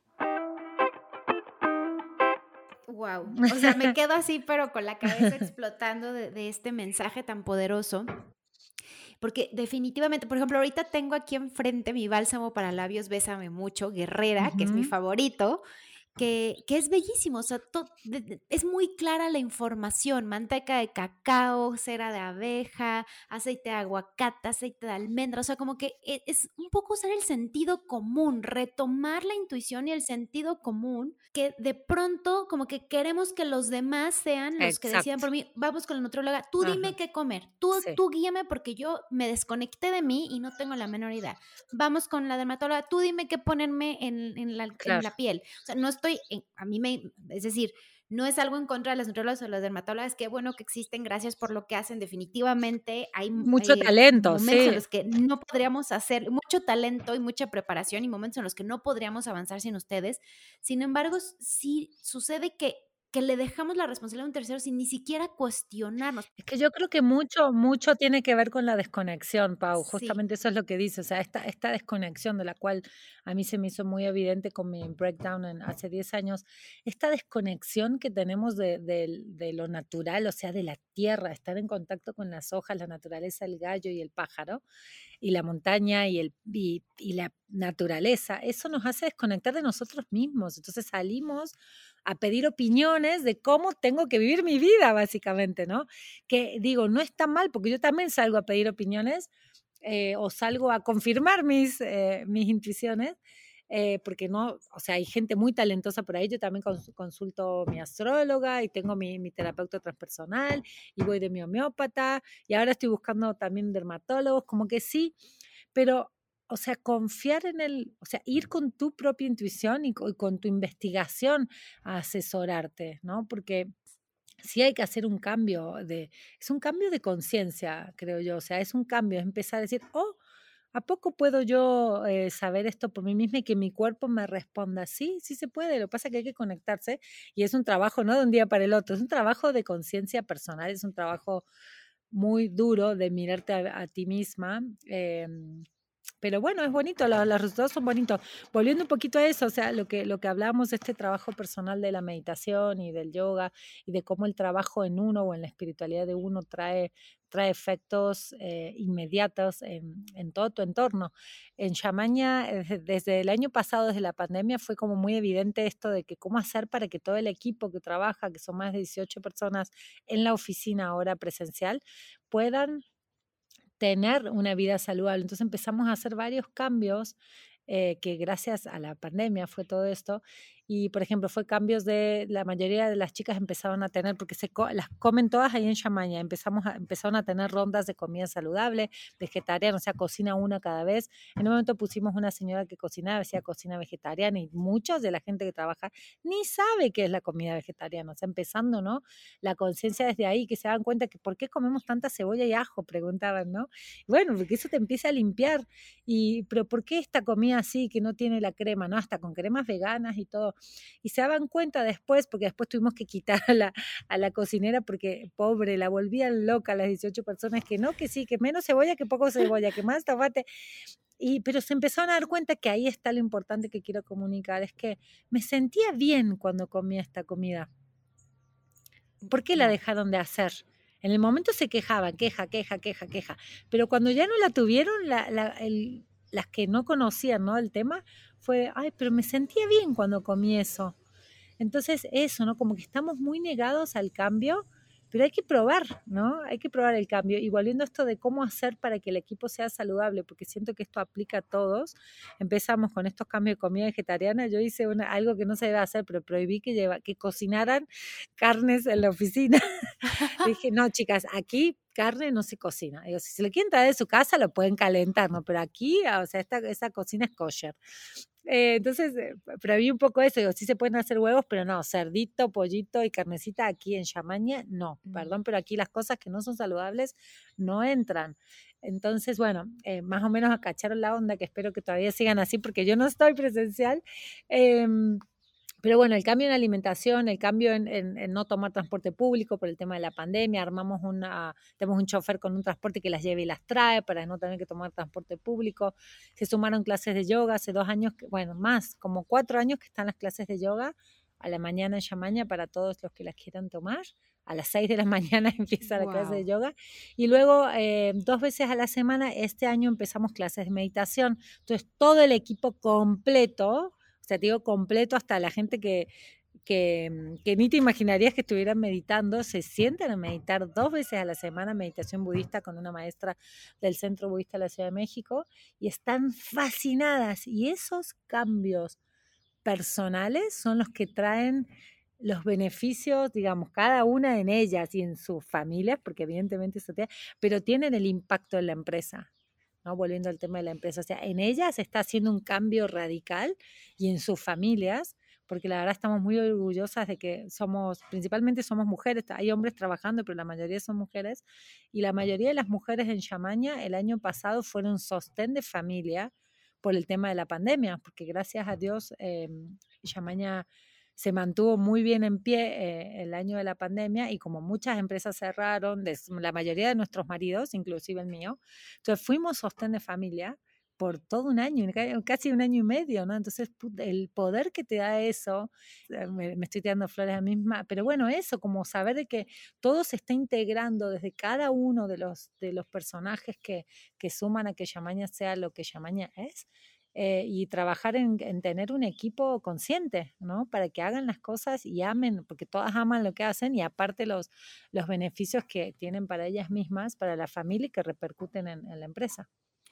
Wow. O sea, me quedo así, pero con la cabeza explotando de este mensaje tan poderoso. Porque definitivamente, por ejemplo, ahorita tengo aquí enfrente mi bálsamo para labios Bésame Mucho, Guerrera, que es mi Ujú. favorito. que es bellísimo, o sea, es muy clara la información, manteca de cacao, cera de abeja, aceite de aguacate, aceite de almendra, o sea, como que es un poco usar el sentido común, retomar la intuición y el sentido común, que de pronto como que queremos que los demás sean los que decidan Exacto. por mí. Vamos con la nutrióloga, tú dime Ajá. qué comer, Sí, tú guíame porque yo me desconecté de mí y no tengo la menor idea. Vamos con la dermatóloga, tú dime qué ponerme en claro. la piel. O sea, no estoy, es decir, no es algo en contra de las nutriólogas o las dermatólogas, qué bueno que existen, gracias por lo que hacen, definitivamente hay Mucho talento, momentos en sí. los que no podríamos hacer, mucho talento y mucha preparación y momentos en los que no podríamos avanzar sin ustedes. Sin embargo, sí sucede que le dejamos la responsabilidad a un tercero sin ni siquiera cuestionarnos. Es que yo creo que mucho tiene que ver con la desconexión, Pau, Sí, justamente eso es lo que dice, o sea, esta desconexión de la cual a mí se me hizo muy evidente con mi breakdown hace 10 años, esta desconexión que tenemos de lo natural, o sea, de la tierra, estar en contacto con las hojas, la naturaleza, el gallo y el pájaro, y la montaña y la naturaleza, eso nos hace desconectar de nosotros mismos. Entonces salimos a pedir opiniones de cómo tengo que vivir mi vida, básicamente, ¿no? Que digo, no está mal, porque yo también salgo a pedir opiniones o salgo a confirmar mis intuiciones, porque no, o sea, hay gente muy talentosa por ahí, yo también consulto mi astróloga y tengo mi terapeuta transpersonal y voy de mi homeópata y ahora estoy buscando también dermatólogos, como que sí, pero, o sea, confiar o sea, ir con tu propia intuición y con tu investigación a asesorarte, ¿no? Porque sí hay que hacer es un cambio de conciencia, creo yo, o sea, es un cambio, es empezar a decir, oh, ¿a poco puedo yo saber esto por mí misma y que mi cuerpo me responda? Sí, sí se puede, lo que pasa es que hay que conectarse y es un trabajo, no de un día para el otro, es un trabajo de conciencia personal, es un trabajo muy duro de mirarte a ti misma. Pero bueno, es bonito, los resultados son bonitos. Volviendo un poquito a eso, o sea, lo que hablábamos de este trabajo personal de la meditación y del yoga y de cómo el trabajo en uno o en la espiritualidad de uno trae efectos inmediatos en todo tu entorno. En Shamaña, desde el año pasado, desde la pandemia, fue como muy evidente esto de que cómo hacer para que todo el equipo que trabaja, que son más de 18 personas en la oficina ahora presencial, puedan tener una vida saludable. Entonces empezamos a hacer varios cambios que gracias a la pandemia fue todo esto. Y, por ejemplo, fue cambios de la mayoría de las chicas empezaron a tener, porque las comen todas ahí en Chamaña, empezaron a tener rondas de comida saludable, vegetariana, o sea, cocina una cada vez. En un momento pusimos una señora que cocinaba, decía cocina vegetariana, y muchos de la gente que trabaja ni sabe qué es la comida vegetariana. O sea, empezando, ¿no? La conciencia desde ahí, que se dan cuenta que ¿por qué comemos tanta cebolla y ajo? Preguntaban, ¿no? Bueno, porque eso te empieza a limpiar. Pero ¿por qué esta comida así que no tiene la crema? ¿No? Hasta con cremas veganas y todo. Y se daban cuenta después, porque después tuvimos que quitar a la cocinera porque, pobre, la volvían loca a las 18 personas, que no, que sí, que menos cebolla, que poco cebolla, que más tomate. Pero se empezaron a dar cuenta que ahí está lo importante que quiero comunicar, es que me sentía bien cuando comía esta comida. ¿Por qué la claro. dejaron de hacer? En el momento se quejaban, queja, queja, queja, queja, pero cuando ya no la tuvieron, las que no conocían, ¿no?, el tema, fue, ay, pero me sentía bien cuando comí eso. Entonces, eso, ¿no? Como que estamos muy negados al cambio, pero hay que probar, ¿no? Hay que probar el cambio. Y volviendo a esto de cómo hacer para que el equipo sea saludable, porque siento que esto aplica a todos. Empezamos con estos cambios de comida vegetariana. Yo hice algo que no se debe hacer, pero prohibí que cocinaran carnes en la oficina. Dije, no, chicas, aquí carne no se cocina. Digo, si se le quieren traer de su casa, lo pueden calentar, ¿no? Pero aquí, o sea, esa cocina es kosher. Entonces, preví un poco eso, digo, sí se pueden hacer huevos, pero no, cerdito, pollito y carnecita aquí en Chamaña, no, No. perdón, pero aquí las cosas que no son saludables no entran. Entonces, bueno, más o menos acacharon la onda, que espero que todavía sigan así, porque yo no estoy presencial. Pero bueno, el cambio en alimentación, el cambio en no tomar transporte público por el tema de la pandemia, tenemos un chofer con un transporte que las lleve y las trae para no tener que tomar transporte público. Se sumaron clases de yoga hace 2 años, bueno, más, como 4 años que están las clases de yoga a la mañana en Shamaña para todos los que las quieran tomar. A las 6 de la mañana empieza la clase de Wow. yoga. Y luego, 2 veces a la semana, este año empezamos clases de meditación. Entonces, todo el equipo completo, O sea, te digo completo, hasta la gente que ni te imaginarías que estuvieran meditando, se sienten a meditar 2 veces a la semana, meditación budista con una maestra del Centro Budista de la Ciudad de México, y están fascinadas. Y esos cambios personales son los que traen los beneficios, digamos, cada una en ellas y en sus familias, porque evidentemente eso tiene, pero tienen el impacto en la empresa, ¿no? Volviendo al tema de la empresa, o sea, en ellas se está haciendo un cambio radical y en sus familias, porque la verdad estamos muy orgullosas de que principalmente somos mujeres, hay hombres trabajando, pero la mayoría son mujeres, y la mayoría de las mujeres en Yamana el año pasado fueron sostén de familia por el tema de la pandemia, porque gracias a Dios Yamana se mantuvo muy bien en pie el año de la pandemia, y como muchas empresas cerraron, la mayoría de nuestros maridos, inclusive el mío, entonces fuimos sostén de familia por todo un año, casi un año y medio, ¿no? Entonces el poder que te da eso, me estoy tirando flores a mí misma, pero bueno, eso, como saber de que todo se está integrando desde cada uno de los personajes que suman a que Yamana sea lo que Yamana es, y trabajar en tener un equipo consciente, ¿no? Para que hagan las cosas y amen, porque todas aman lo que hacen, y aparte los beneficios que tienen para ellas mismas, para la familia, y que repercuten en la empresa.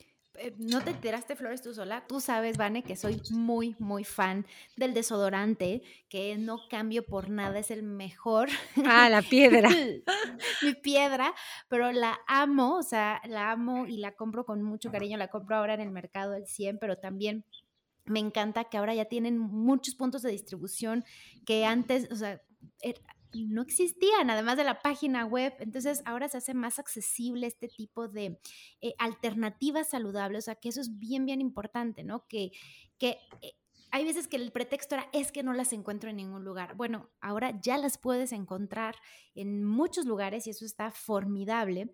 ¿No te tiraste flores tú sola? Tú sabes, Vane, que soy muy, muy fan del desodorante, que no cambio por nada, es el mejor. Ah, la piedra. Mi piedra, pero la amo, o sea, la amo y la compro con mucho cariño. La compro ahora en el mercado del 100, pero también me encanta que ahora ya tienen muchos puntos de distribución que antes, o sea, no existían, además de la página web. Entonces ahora se hace más accesible este tipo de alternativas saludables, o sea, que eso es bien, bien importante, ¿no? Que hay veces que el pretexto era, es que no las encuentro en ningún lugar. Bueno, ahora ya las puedes encontrar en muchos lugares y eso está formidable.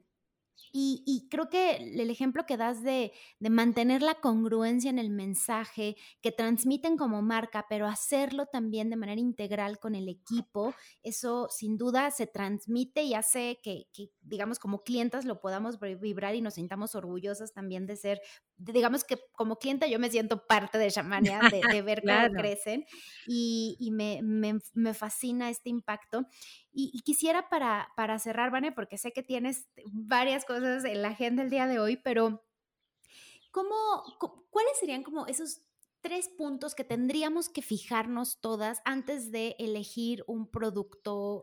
Y creo que el ejemplo que das de mantener la congruencia en el mensaje que transmiten como marca, pero hacerlo también de manera integral con el equipo, eso sin duda se transmite y hace que digamos, como clientas lo podamos vibrar y nos sintamos orgullosas también de ser, digamos que como clienta yo me siento parte de Shamania, de ver cómo Claro. crecen y me fascina este impacto. Y quisiera para cerrar, Vane, porque sé que tienes varias cosas en la agenda el día de hoy, pero ¿cuáles serían como esos 3 puntos que tendríamos que fijarnos todas antes de elegir un producto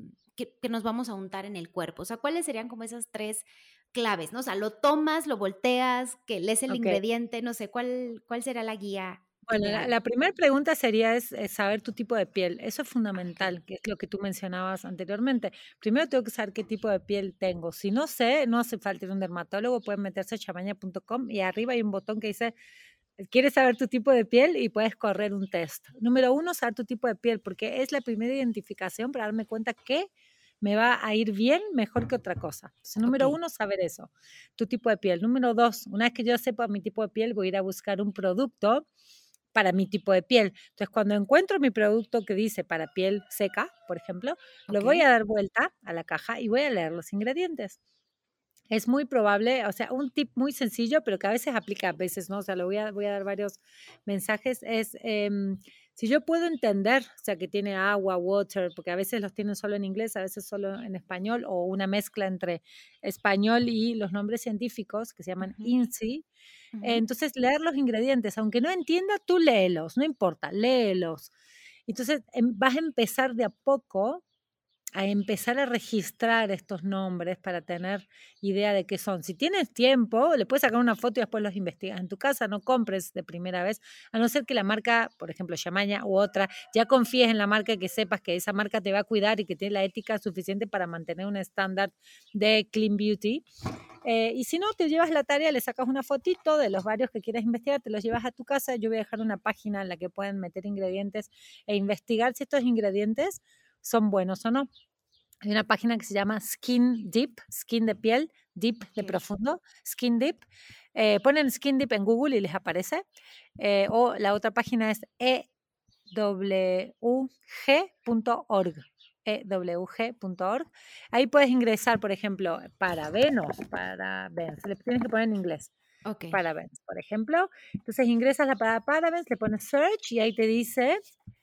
que nos vamos a untar en el cuerpo? O sea, ¿cuáles serían como esas 3 claves, ¿no? O sea, lo tomas, lo volteas, que lees el Ok. ingrediente, no sé, ¿cuál será la guía Bueno, ideal? la primera pregunta sería es saber tu tipo de piel. Eso es fundamental, Ok, que es lo que tú mencionabas anteriormente. Primero tengo que saber qué tipo de piel tengo. Si no sé, no hace falta ir a un dermatólogo, pueden meterse a chamaña.com y arriba hay un botón que dice, ¿quieres saber tu tipo de piel? Y puedes correr un test. Número uno, saber tu tipo de piel, porque es la primera identificación para darme cuenta que me va a ir bien, mejor que otra cosa. Entonces, ok, número uno, saber eso, tu tipo de piel. Número dos, una vez que yo sepa mi tipo de piel, voy a ir a buscar un producto para mi tipo de piel. Entonces, cuando encuentro mi producto que dice para piel seca, por ejemplo, lo ok, voy a dar vuelta a la caja y voy a leer los ingredientes. Es muy probable, o sea, un tip muy sencillo, pero que a veces aplica, a veces no, o sea, voy a dar varios mensajes, es si yo puedo entender, o sea, que tiene agua, water, porque a veces los tienen solo en inglés, a veces solo en español, o una mezcla entre español y los nombres científicos que se llaman ujú, INSI. ujú. Entonces, leer los ingredientes, aunque no entienda, tú léelos, no importa, léelos. Entonces, vas a empezar de a poco a empezar a registrar estos nombres para tener idea de qué son. Si tienes tiempo, le puedes sacar una foto y después los investigas en tu casa, no compres de primera vez, a no ser que la marca, por ejemplo, Yamaña u otra, ya confíes en la marca y que sepas que esa marca te va a cuidar y que tiene la ética suficiente para mantener un estándar de clean beauty. Y si no, te llevas la tarea, le sacas una fotito de los varios que quieras investigar, te los llevas a tu casa. Yo voy a dejar una página en la que pueden meter ingredientes e investigar si estos ingredientes son buenos o no. Hay una página que se llama Skin Deep, skin de piel, deep de Ok. profundo, Skin Deep. Ponen Skin Deep en Google y les aparece. O la otra página es ewg.org. ewg.org. Ahí puedes ingresar, por ejemplo, parabenos, se le tienes que poner en inglés. Ok. parabens, por ejemplo. Entonces ingresas la palabra parabens, le pones search y ahí te dice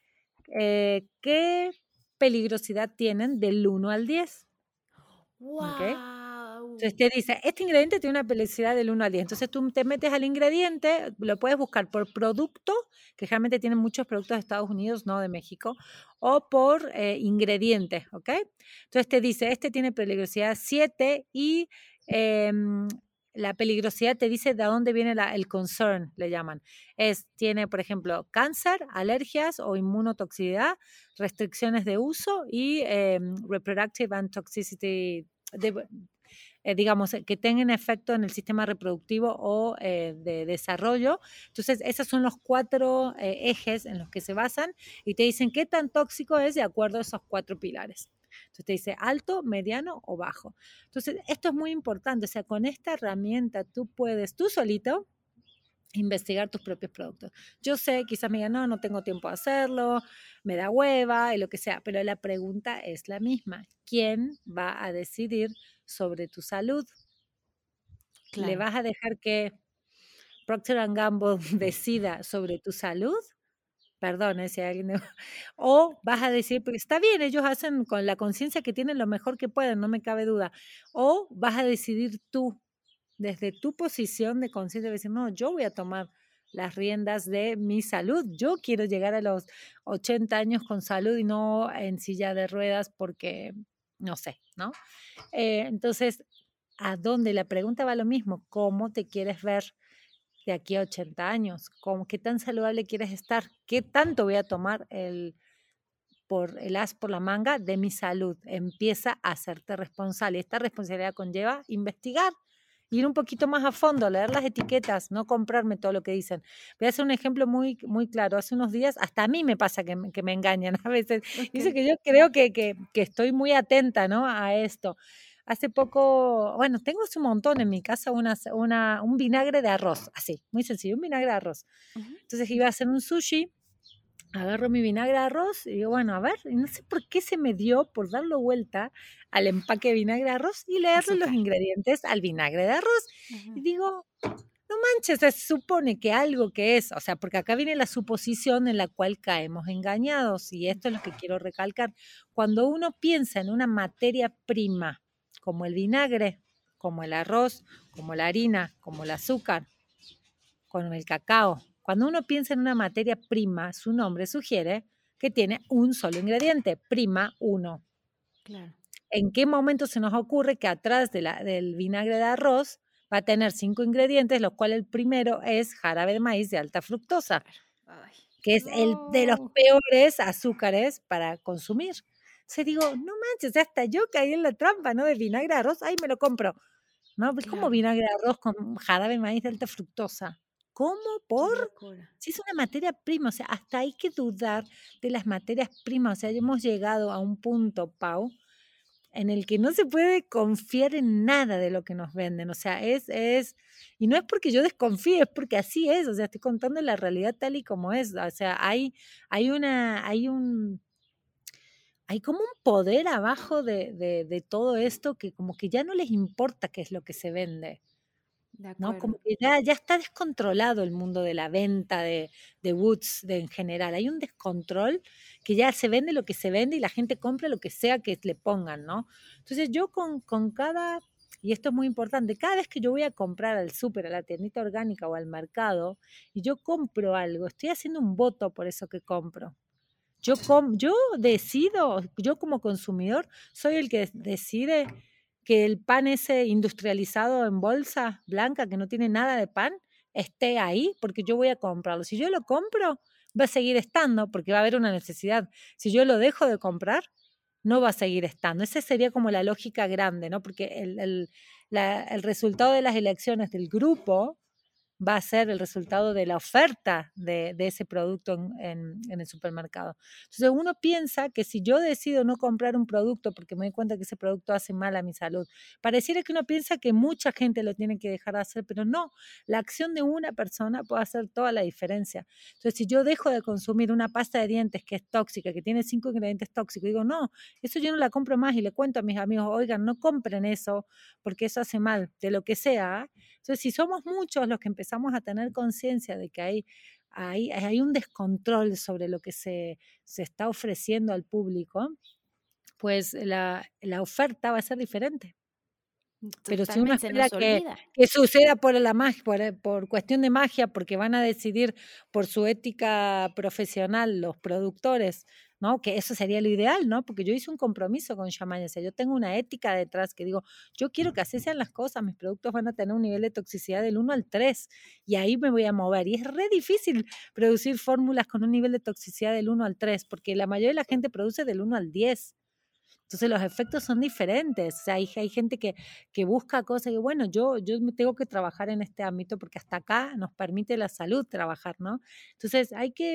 qué peligrosidad tienen del 1 al 10. ¿Ok? Entonces ¡Wow! te dice, este ingrediente tiene una peligrosidad del 1 al 10. Entonces tú te metes al ingrediente, lo puedes buscar por producto, que realmente tienen muchos productos de Estados Unidos, no de México, o por ingredientes, ¿ok? Entonces te dice, este tiene peligrosidad 7 y la peligrosidad te dice de dónde viene el concern, le llaman. Tiene, por ejemplo, cáncer, alergias o inmunotoxicidad, restricciones de uso y reproductive and toxicity, digamos, que tengan efecto en el sistema reproductivo o de desarrollo. Entonces, esos son los 4 ejes en los que se basan y te dicen qué tan tóxico es de acuerdo a esos 4 pilares. Entonces te dice alto, mediano o bajo. Entonces, esto es muy importante. O sea, con esta herramienta tú puedes, tú solito, investigar tus propios productos. Yo sé, quizás me digan, no tengo tiempo de hacerlo, me da hueva y lo que sea, pero la pregunta es la misma. ¿Quién va a decidir sobre tu salud? ¿Le Claro. vas a dejar que Procter Gamble decida sobre tu salud? Perdón, si alguien... O vas a decir, porque está bien, ellos hacen con la conciencia que tienen lo mejor que pueden, no me cabe duda. O vas a decidir tú, desde tu posición de conciencia, decir, no, yo voy a tomar las riendas de mi salud. Yo quiero llegar a los 80 años con salud y no en silla de ruedas porque, no sé, ¿no? Entonces, ¿a dónde? La pregunta va lo mismo, ¿cómo te quieres ver de aquí a 80 años? ¿Qué tan saludable quieres estar? ¿Qué tanto voy a tomar por el as por la manga de mi salud? Empieza a hacerte responsable. Esta responsabilidad conlleva investigar, ir un poquito más a fondo, leer las etiquetas, no comprarme todo lo que dicen. Voy a hacer un ejemplo muy claro. Hace unos días, hasta a mí me pasa que me engañan a veces. Dice Ok. que yo creo que estoy muy atenta, ¿no?, a esto. Hace poco, bueno, tengo hace un montón en mi casa un vinagre de arroz, así, muy sencillo, un vinagre de arroz. Ujú. Entonces iba a hacer un sushi, agarro mi vinagre de arroz y digo, bueno, a ver, y no sé por qué se me dio por darlo vuelta al empaque de vinagre de arroz y leerle los Azúcar. ingredientes al vinagre de arroz. Y Ujú. digo, no manches, se supone que algo que es, o sea, porque acá viene la suposición en la cual caemos engañados y esto es lo que quiero recalcar. Cuando uno piensa en una materia prima, como el vinagre, como el arroz, como la harina, como el azúcar, con el cacao. Cuando uno piensa en una materia prima, su nombre sugiere que tiene un solo ingrediente, prima 1. Claro. ¿En qué momento se nos ocurre que atrás del vinagre de arroz va a tener 5 ingredientes, los cuales el primero es jarabe de maíz de alta fructosa, Ay, que es el de los no. peores azúcares para consumir? Se digo, no manches, hasta yo caí en la trampa, ¿no? De vinagre de arroz, ahí me lo compro. ¿No? Pues como Claro. vinagre de arroz con jarabe de maíz de alta fructosa. ¿Cómo? Qué ¿Por? locura. Si es una materia prima, o sea, hasta hay que dudar de las materias primas. O sea, ya hemos llegado a un punto, Pau, en el que no se puede confiar en nada de lo que nos venden. O sea, y no es porque yo desconfíe, es porque así es. O sea, estoy contando la realidad tal y como es. O sea, hay como un poder abajo de todo esto que como que ya no les importa qué es lo que se vende. De ¿No? acuerdo. Como que ya está descontrolado el mundo de la venta de Woods en general. Hay un descontrol que ya se vende lo que se vende y la gente compra lo que sea que le pongan, ¿no? Entonces yo con cada, y esto es muy importante, cada vez que yo voy a comprar al súper, a la tiendita orgánica o al mercado, y yo compro algo, estoy haciendo un voto por eso que compro. Yo decido, yo como consumidor, soy el que decide que el pan ese industrializado en bolsa blanca, que no tiene nada de pan, esté ahí, porque yo voy a comprarlo. Si yo lo compro, va a seguir estando, porque va a haber una necesidad. Si yo lo dejo de comprar, no va a seguir estando. Esa sería como la lógica grande, ¿no? Porque el resultado de las elecciones del grupo va a ser el resultado de la oferta de ese producto en el supermercado. Entonces uno piensa que si yo decido no comprar un producto porque me doy cuenta que ese producto hace mal a mi salud, pareciera que uno piensa que mucha gente lo tiene que dejar de hacer, pero no, la acción de una persona puede hacer toda la diferencia. Entonces si yo dejo de consumir una pasta de dientes que es tóxica, que tiene 5 ingredientes tóxicos, digo, no, eso yo no la compro más y le cuento a mis amigos, oigan, no compren eso porque eso hace mal, de lo que sea. Entonces, si somos muchos los que empezamos a tener conciencia de que hay un descontrol sobre lo que se está ofreciendo al público, pues la oferta va a ser diferente. Pero si uno Totalmente, se espera nos olvida. que suceda por la magia, por cuestión de magia, porque van a decidir por su ética profesional los productores, ¿no? Que eso sería lo ideal, ¿no? Porque yo hice un compromiso con Shamanya, o sea, yo tengo una ética detrás que digo, yo quiero que así sean las cosas, mis productos van a tener un nivel de toxicidad del 1 al 3 y ahí me voy a mover. Y es re difícil producir fórmulas con un nivel de toxicidad del 1 al 3, porque la mayoría de la gente produce del 1 al 10. Entonces los efectos son diferentes. O sea, hay gente que busca cosas y bueno, yo me tengo que trabajar en este ámbito porque hasta acá nos permite la salud trabajar, ¿no? Entonces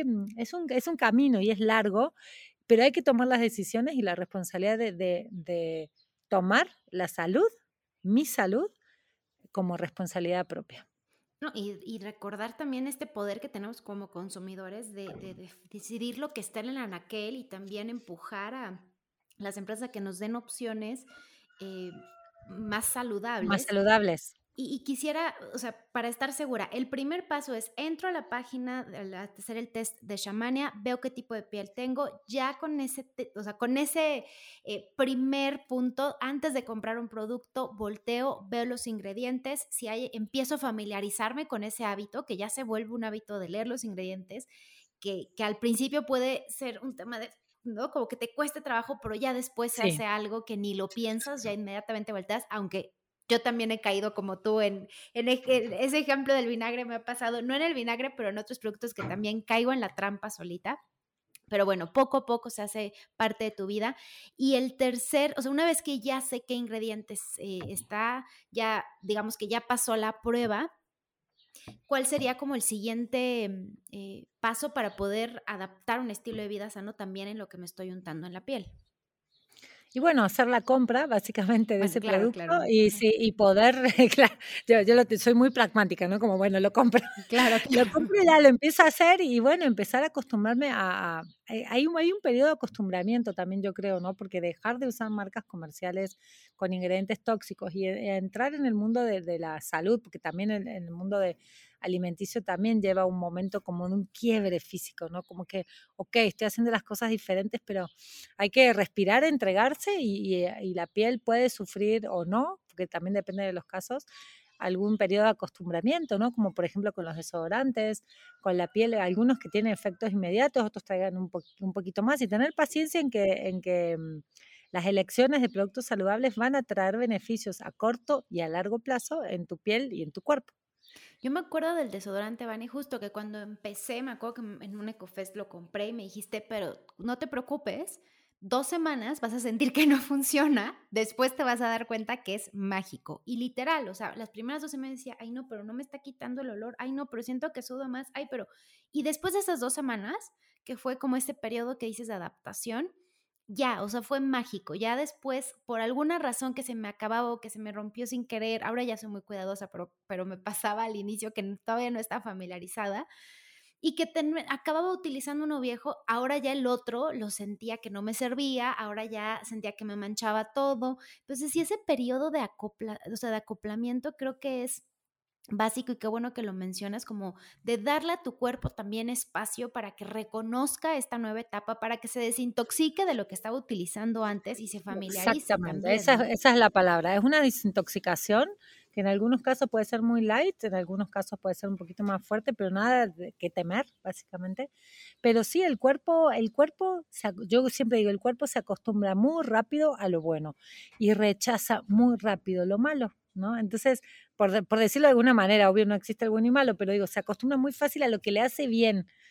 es un camino y es largo, pero hay que tomar las decisiones y la responsabilidad de tomar la salud, mi salud, como responsabilidad propia. No, y recordar también este poder que tenemos como consumidores de decidir lo que está en el anaquel y también empujar a las empresas a que nos den opciones eh, más Más saludables. saludables. Y quisiera, o sea, para estar segura, el primer paso es, entro a la página a hacer el test de Shamania, veo qué tipo de piel tengo, ya con ese, o sea, con ese primer punto, antes de comprar un producto, volteo, veo los ingredientes, si hay, empiezo a familiarizarme con ese hábito, que ya se vuelve un hábito de leer los ingredientes, que al principio puede ser un tema de, ¿no? Como que te cueste trabajo, pero ya después se Sí. hace algo que ni lo piensas, ya inmediatamente volteas, aunque yo también he caído como tú en ese ejemplo del vinagre me ha pasado, no en el vinagre, pero en otros productos que también caigo en la trampa solita. Pero bueno, poco a poco se hace parte de tu vida. Y el tercer, o sea, una vez que ya sé qué ingredientes está, ya digamos que ya pasó la prueba, ¿cuál sería como el siguiente paso para poder adaptar un estilo de vida sano también en lo que me estoy untando en la piel? Y bueno, hacer la compra básicamente de Bueno, ese claro, producto claro. y sí, y poder, claro, soy muy pragmática, ¿no? Como, bueno, lo compro, Claro, lo claro. compro y ya lo empiezo a hacer y bueno, empezar a acostumbrarme hay un periodo de acostumbramiento también, yo creo, ¿no? Porque dejar de usar marcas comerciales con ingredientes tóxicos y entrar en el mundo de la salud, porque también en el mundo alimenticio también lleva un momento como de un quiebre físico, ¿no? Como que, ok, estoy haciendo las cosas diferentes, pero hay que respirar, entregarse y la piel puede sufrir o no, porque también depende de los casos, algún periodo de acostumbramiento, ¿no? Como por ejemplo con los desodorantes, con la piel, algunos que tienen efectos inmediatos, otros traigan un poquito más y tener paciencia en que las elecciones de productos saludables van a traer beneficios a corto y a largo plazo en tu piel y en tu cuerpo. Yo me acuerdo del desodorante, Vani, justo que cuando empecé, me acuerdo que en un EcoFest lo compré y me dijiste, pero no te preocupes, 2 semanas vas a sentir que no funciona, después te vas a dar cuenta que es mágico. Y literal, o sea, las primeras 2 semanas decía, ay no, pero no me está quitando el olor, ay no, pero siento que sudo más, ay, pero... Y después de esas 2 semanas, que fue como ese periodo que dices de adaptación, ya, o sea, fue mágico. Ya después, por alguna razón que se me acababa o que se me rompió sin querer, ahora ya soy muy cuidadosa, pero me pasaba al inicio que todavía no estaba familiarizada y que acababa utilizando uno viejo, ahora ya el otro lo sentía que no me servía, ahora ya sentía que me manchaba todo. Entonces, sí, ese periodo de o sea, de acoplamiento creo que es básico y qué bueno que lo mencionas, como de darle a tu cuerpo también espacio para que reconozca esta nueva etapa, para que se desintoxique de lo que estaba utilizando antes y se familiarice Exactamente, también, ¿no? esa es la palabra. Es una desintoxicación que en algunos casos puede ser muy light, en algunos casos puede ser un poquito más fuerte, pero nada que temer, básicamente. Pero sí, yo siempre digo, el cuerpo se acostumbra muy rápido a lo bueno y rechaza muy rápido lo malo, ¿no? Entonces, por decirlo de alguna manera, obvio no existe el bueno y malo, pero digo, se acostumbra muy fácil a lo que le hace bien.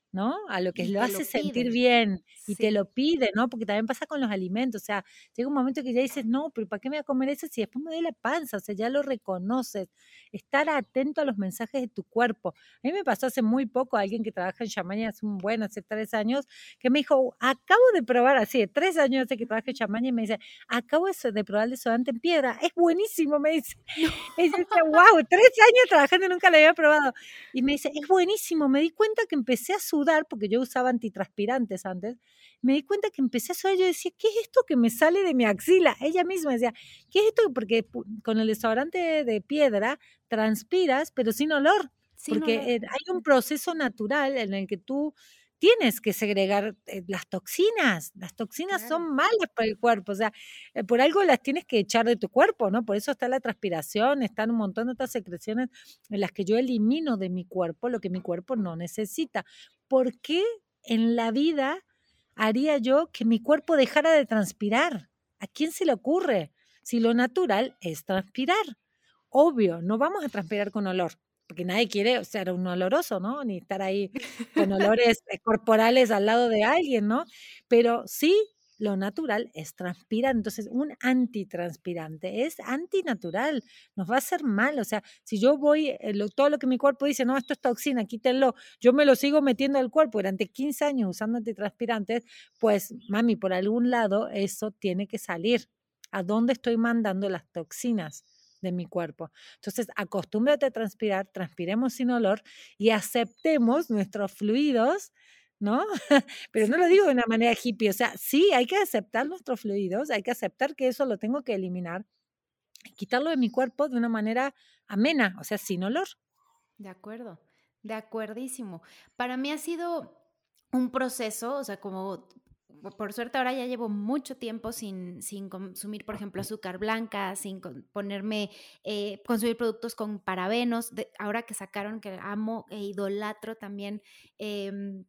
¿no? A lo que Y lo te lo hace sentir pide. bien y te Sí, lo pide, ¿no? Porque también pasa con los alimentos, o sea, llega un momento que ya dices, no, pero ¿para qué me voy a comer eso si después me duele la panza? O sea, ya lo reconoces. Estar atento a los mensajes de tu cuerpo. A mí me pasó hace muy poco alguien que trabaja en Chamania hace 3 años, que me dijo, acabo de probar, así de 3 años hace que trabaja en Chamania, y me dice, acabo de probar el desodorante en piedra, es buenísimo, me dice. no. Y yo decía, wow, 3 años trabajando y nunca lo había probado. Y me dice, es buenísimo. Me di cuenta que empecé a sudar, porque yo usaba antitranspirantes antes. Me di cuenta que empecé a sudar. Yo decía, ¿qué es esto que me sale de mi axila? Ella misma decía, ¿qué es esto? Porque con el desodorante de piedra transpiras, pero sin olor. Sin olor. Porque hay un proceso natural en el que tú tienes que segregar las toxinas. Las toxinas Claro. son malas para el cuerpo. O sea, por algo las tienes que echar de tu cuerpo, ¿no? Por eso está la transpiración, están un montón de otras secreciones en las que yo elimino de mi cuerpo lo que mi cuerpo no necesita. ¿Por qué en la vida haría yo que mi cuerpo dejara de transpirar? ¿A quién se le ocurre? Si lo natural es transpirar. Obvio, no vamos a transpirar con olor, porque nadie quiere ser un oloroso, ¿no? Ni estar ahí con olores corporales al lado de alguien, ¿no? Pero sí, lo natural es transpirar. Entonces, un antitranspirante es antinatural, nos va a hacer mal. O sea, si yo voy, todo lo que mi cuerpo dice, no, esto es toxina, quítenlo, yo me lo sigo metiendo al cuerpo durante 15 años usando antitranspirantes, pues, mami, por algún lado eso tiene que salir. ¿A dónde estoy mandando las toxinas de mi cuerpo? Entonces, acostúmbrate a transpirar, transpiremos sin olor y aceptemos nuestros fluidos, ¿no? Pero no lo Sí. digo de una manera hippie, o sea, sí, hay que aceptar nuestros fluidos, hay que aceptar que eso lo tengo que eliminar, quitarlo de mi cuerpo de una manera amena, o sea, sin olor. De acuerdo, de acuerdísimo. Para mí ha sido un proceso, o sea, como por suerte ahora ya llevo mucho tiempo sin consumir, por ejemplo, azúcar blanca, sin ponerme, consumir productos con parabenos. Ahora que sacaron, que amo e idolatro también, em,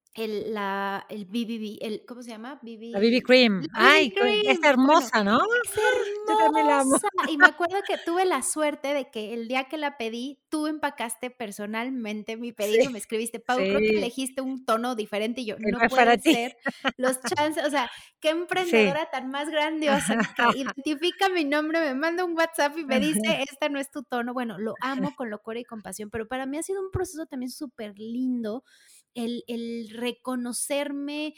el BBB, ¿cómo se llama? La BB BB, cream, la BB ay, es cream. Bueno, hermosa, ¿no? es Yo también la amo. hermosa. Y me acuerdo que tuve la suerte de que el día que la pedí, tú empacaste personalmente mi Sí, pedido y me escribiste: "Pau, creo que sí, elegiste un tono diferente", y yo: que no "No es para puede ti. ser, los chances", o sea, qué Sí. emprendedora tan más grandiosa que identifica mi nombre, me manda un WhatsApp y me dice: "Esta no es tu tono". Bueno, lo amo con locura y compasión, pero para mí ha sido un proceso también superlindo el reconocerme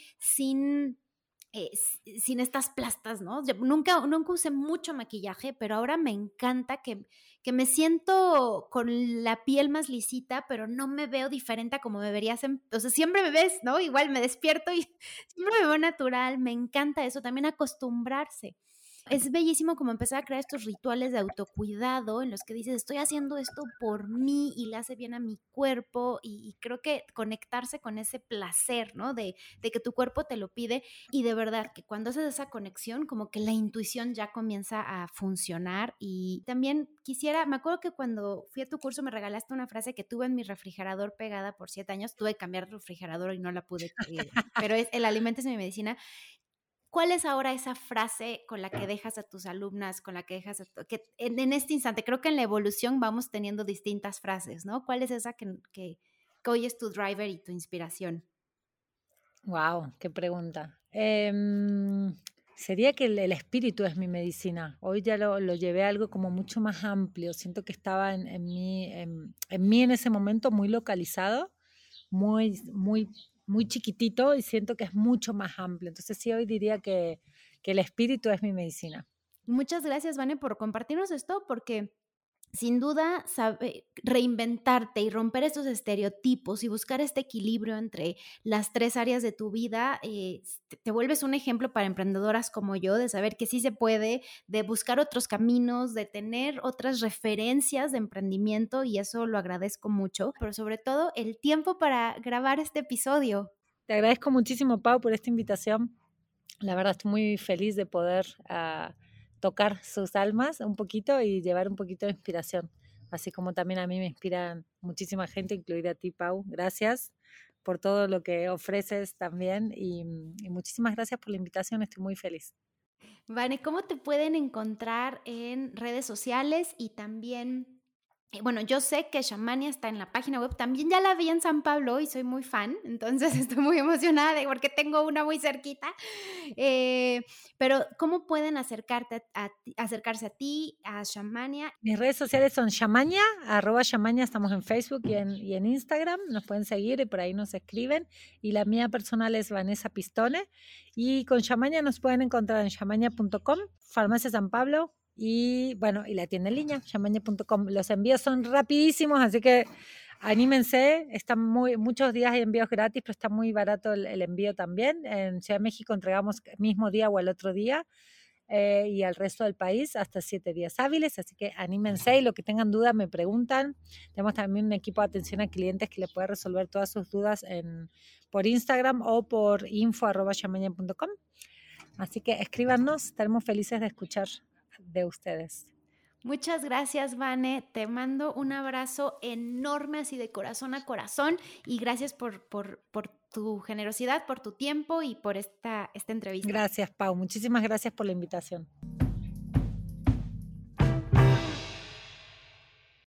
sin estas plastas, ¿no? Yo nunca usé mucho maquillaje, pero ahora me encanta que me siento con la piel más lisita, pero no me veo diferente a como me verías o sea, siempre me ves, ¿no? Igual me despierto y siempre me veo natural, me encanta eso, también acostumbrarse. Es bellísimo como empezar a crear estos rituales de autocuidado en los que dices, estoy haciendo esto por mí y le hace bien a mi cuerpo y creo que conectarse con ese placer, ¿no? De que tu cuerpo te lo pide y de verdad que cuando haces esa conexión como que la intuición ya comienza a funcionar y también me acuerdo que cuando fui a tu curso me regalaste una frase que tuve en mi refrigerador pegada por 7 años, tuve que cambiar el refrigerador y no la pude, pero es el alimento es mi medicina. ¿Cuál es ahora esa frase con la que dejas a tus alumnas, con la que dejas que en este instante? Creo que en la evolución vamos teniendo distintas frases, ¿no? ¿Cuál es esa que hoy es tu driver y tu inspiración? Wow, qué pregunta. Sería que el espíritu es mi medicina. Hoy ya lo llevé a algo como mucho más amplio. Siento que estaba en mí en ese momento muy localizado, muy chiquitito y siento que es mucho más amplio. Entonces sí, hoy diría que el espíritu es mi medicina. Muchas gracias, Vane, por compartirnos esto, porque sin duda, reinventarte y romper estos estereotipos y buscar este equilibrio entre las 3 áreas de tu vida, te vuelves un ejemplo para emprendedoras como yo, de saber que sí se puede, de buscar otros caminos, de tener otras referencias de emprendimiento, y eso lo agradezco mucho, pero sobre todo el tiempo para grabar este episodio. Te agradezco muchísimo, Pau, por esta invitación. La verdad estoy muy feliz de poder tocar sus almas un poquito y llevar un poquito de inspiración, así como también a mí me inspiran muchísima gente, incluida a ti, Pau. Gracias por todo lo que ofreces también y muchísimas gracias por la invitación, estoy muy feliz. Vane, ¿cómo te pueden encontrar en redes sociales y también Bueno, yo sé que Shamania está en la página web, también ya la vi en San Pablo y soy muy fan, entonces estoy muy emocionada porque tengo una muy cerquita. Pero ¿cómo pueden acercarse a ti, a Shamania? Mis redes sociales son Shamaña, @Shamaña, estamos en Facebook y en Instagram, nos pueden seguir y por ahí nos escriben. Y la mía personal es Vanessa Pistone. Y con Shamaña nos pueden encontrar en shamaña.com, Farmacia San Pablo, y bueno, y la tienda en línea, shamaña.com. Los envíos son rapidísimos, así que anímense. Están muchos días hay envíos gratis, pero está muy barato el envío también. En Ciudad de México entregamos el mismo día o el otro día. Y al resto del país hasta 7 días hábiles, así que anímense y lo que tengan dudas me preguntan. Tenemos también un equipo de atención a clientes que les puede resolver todas sus dudas por Instagram o por info@shamaña.com. Así que escríbanos, estaremos felices de escuchar de ustedes. Muchas gracias, Vane. Te mando un abrazo enorme, así de corazón a corazón, y gracias por tu generosidad, por tu tiempo y por esta entrevista. Gracias, Pau. Muchísimas gracias por la invitación.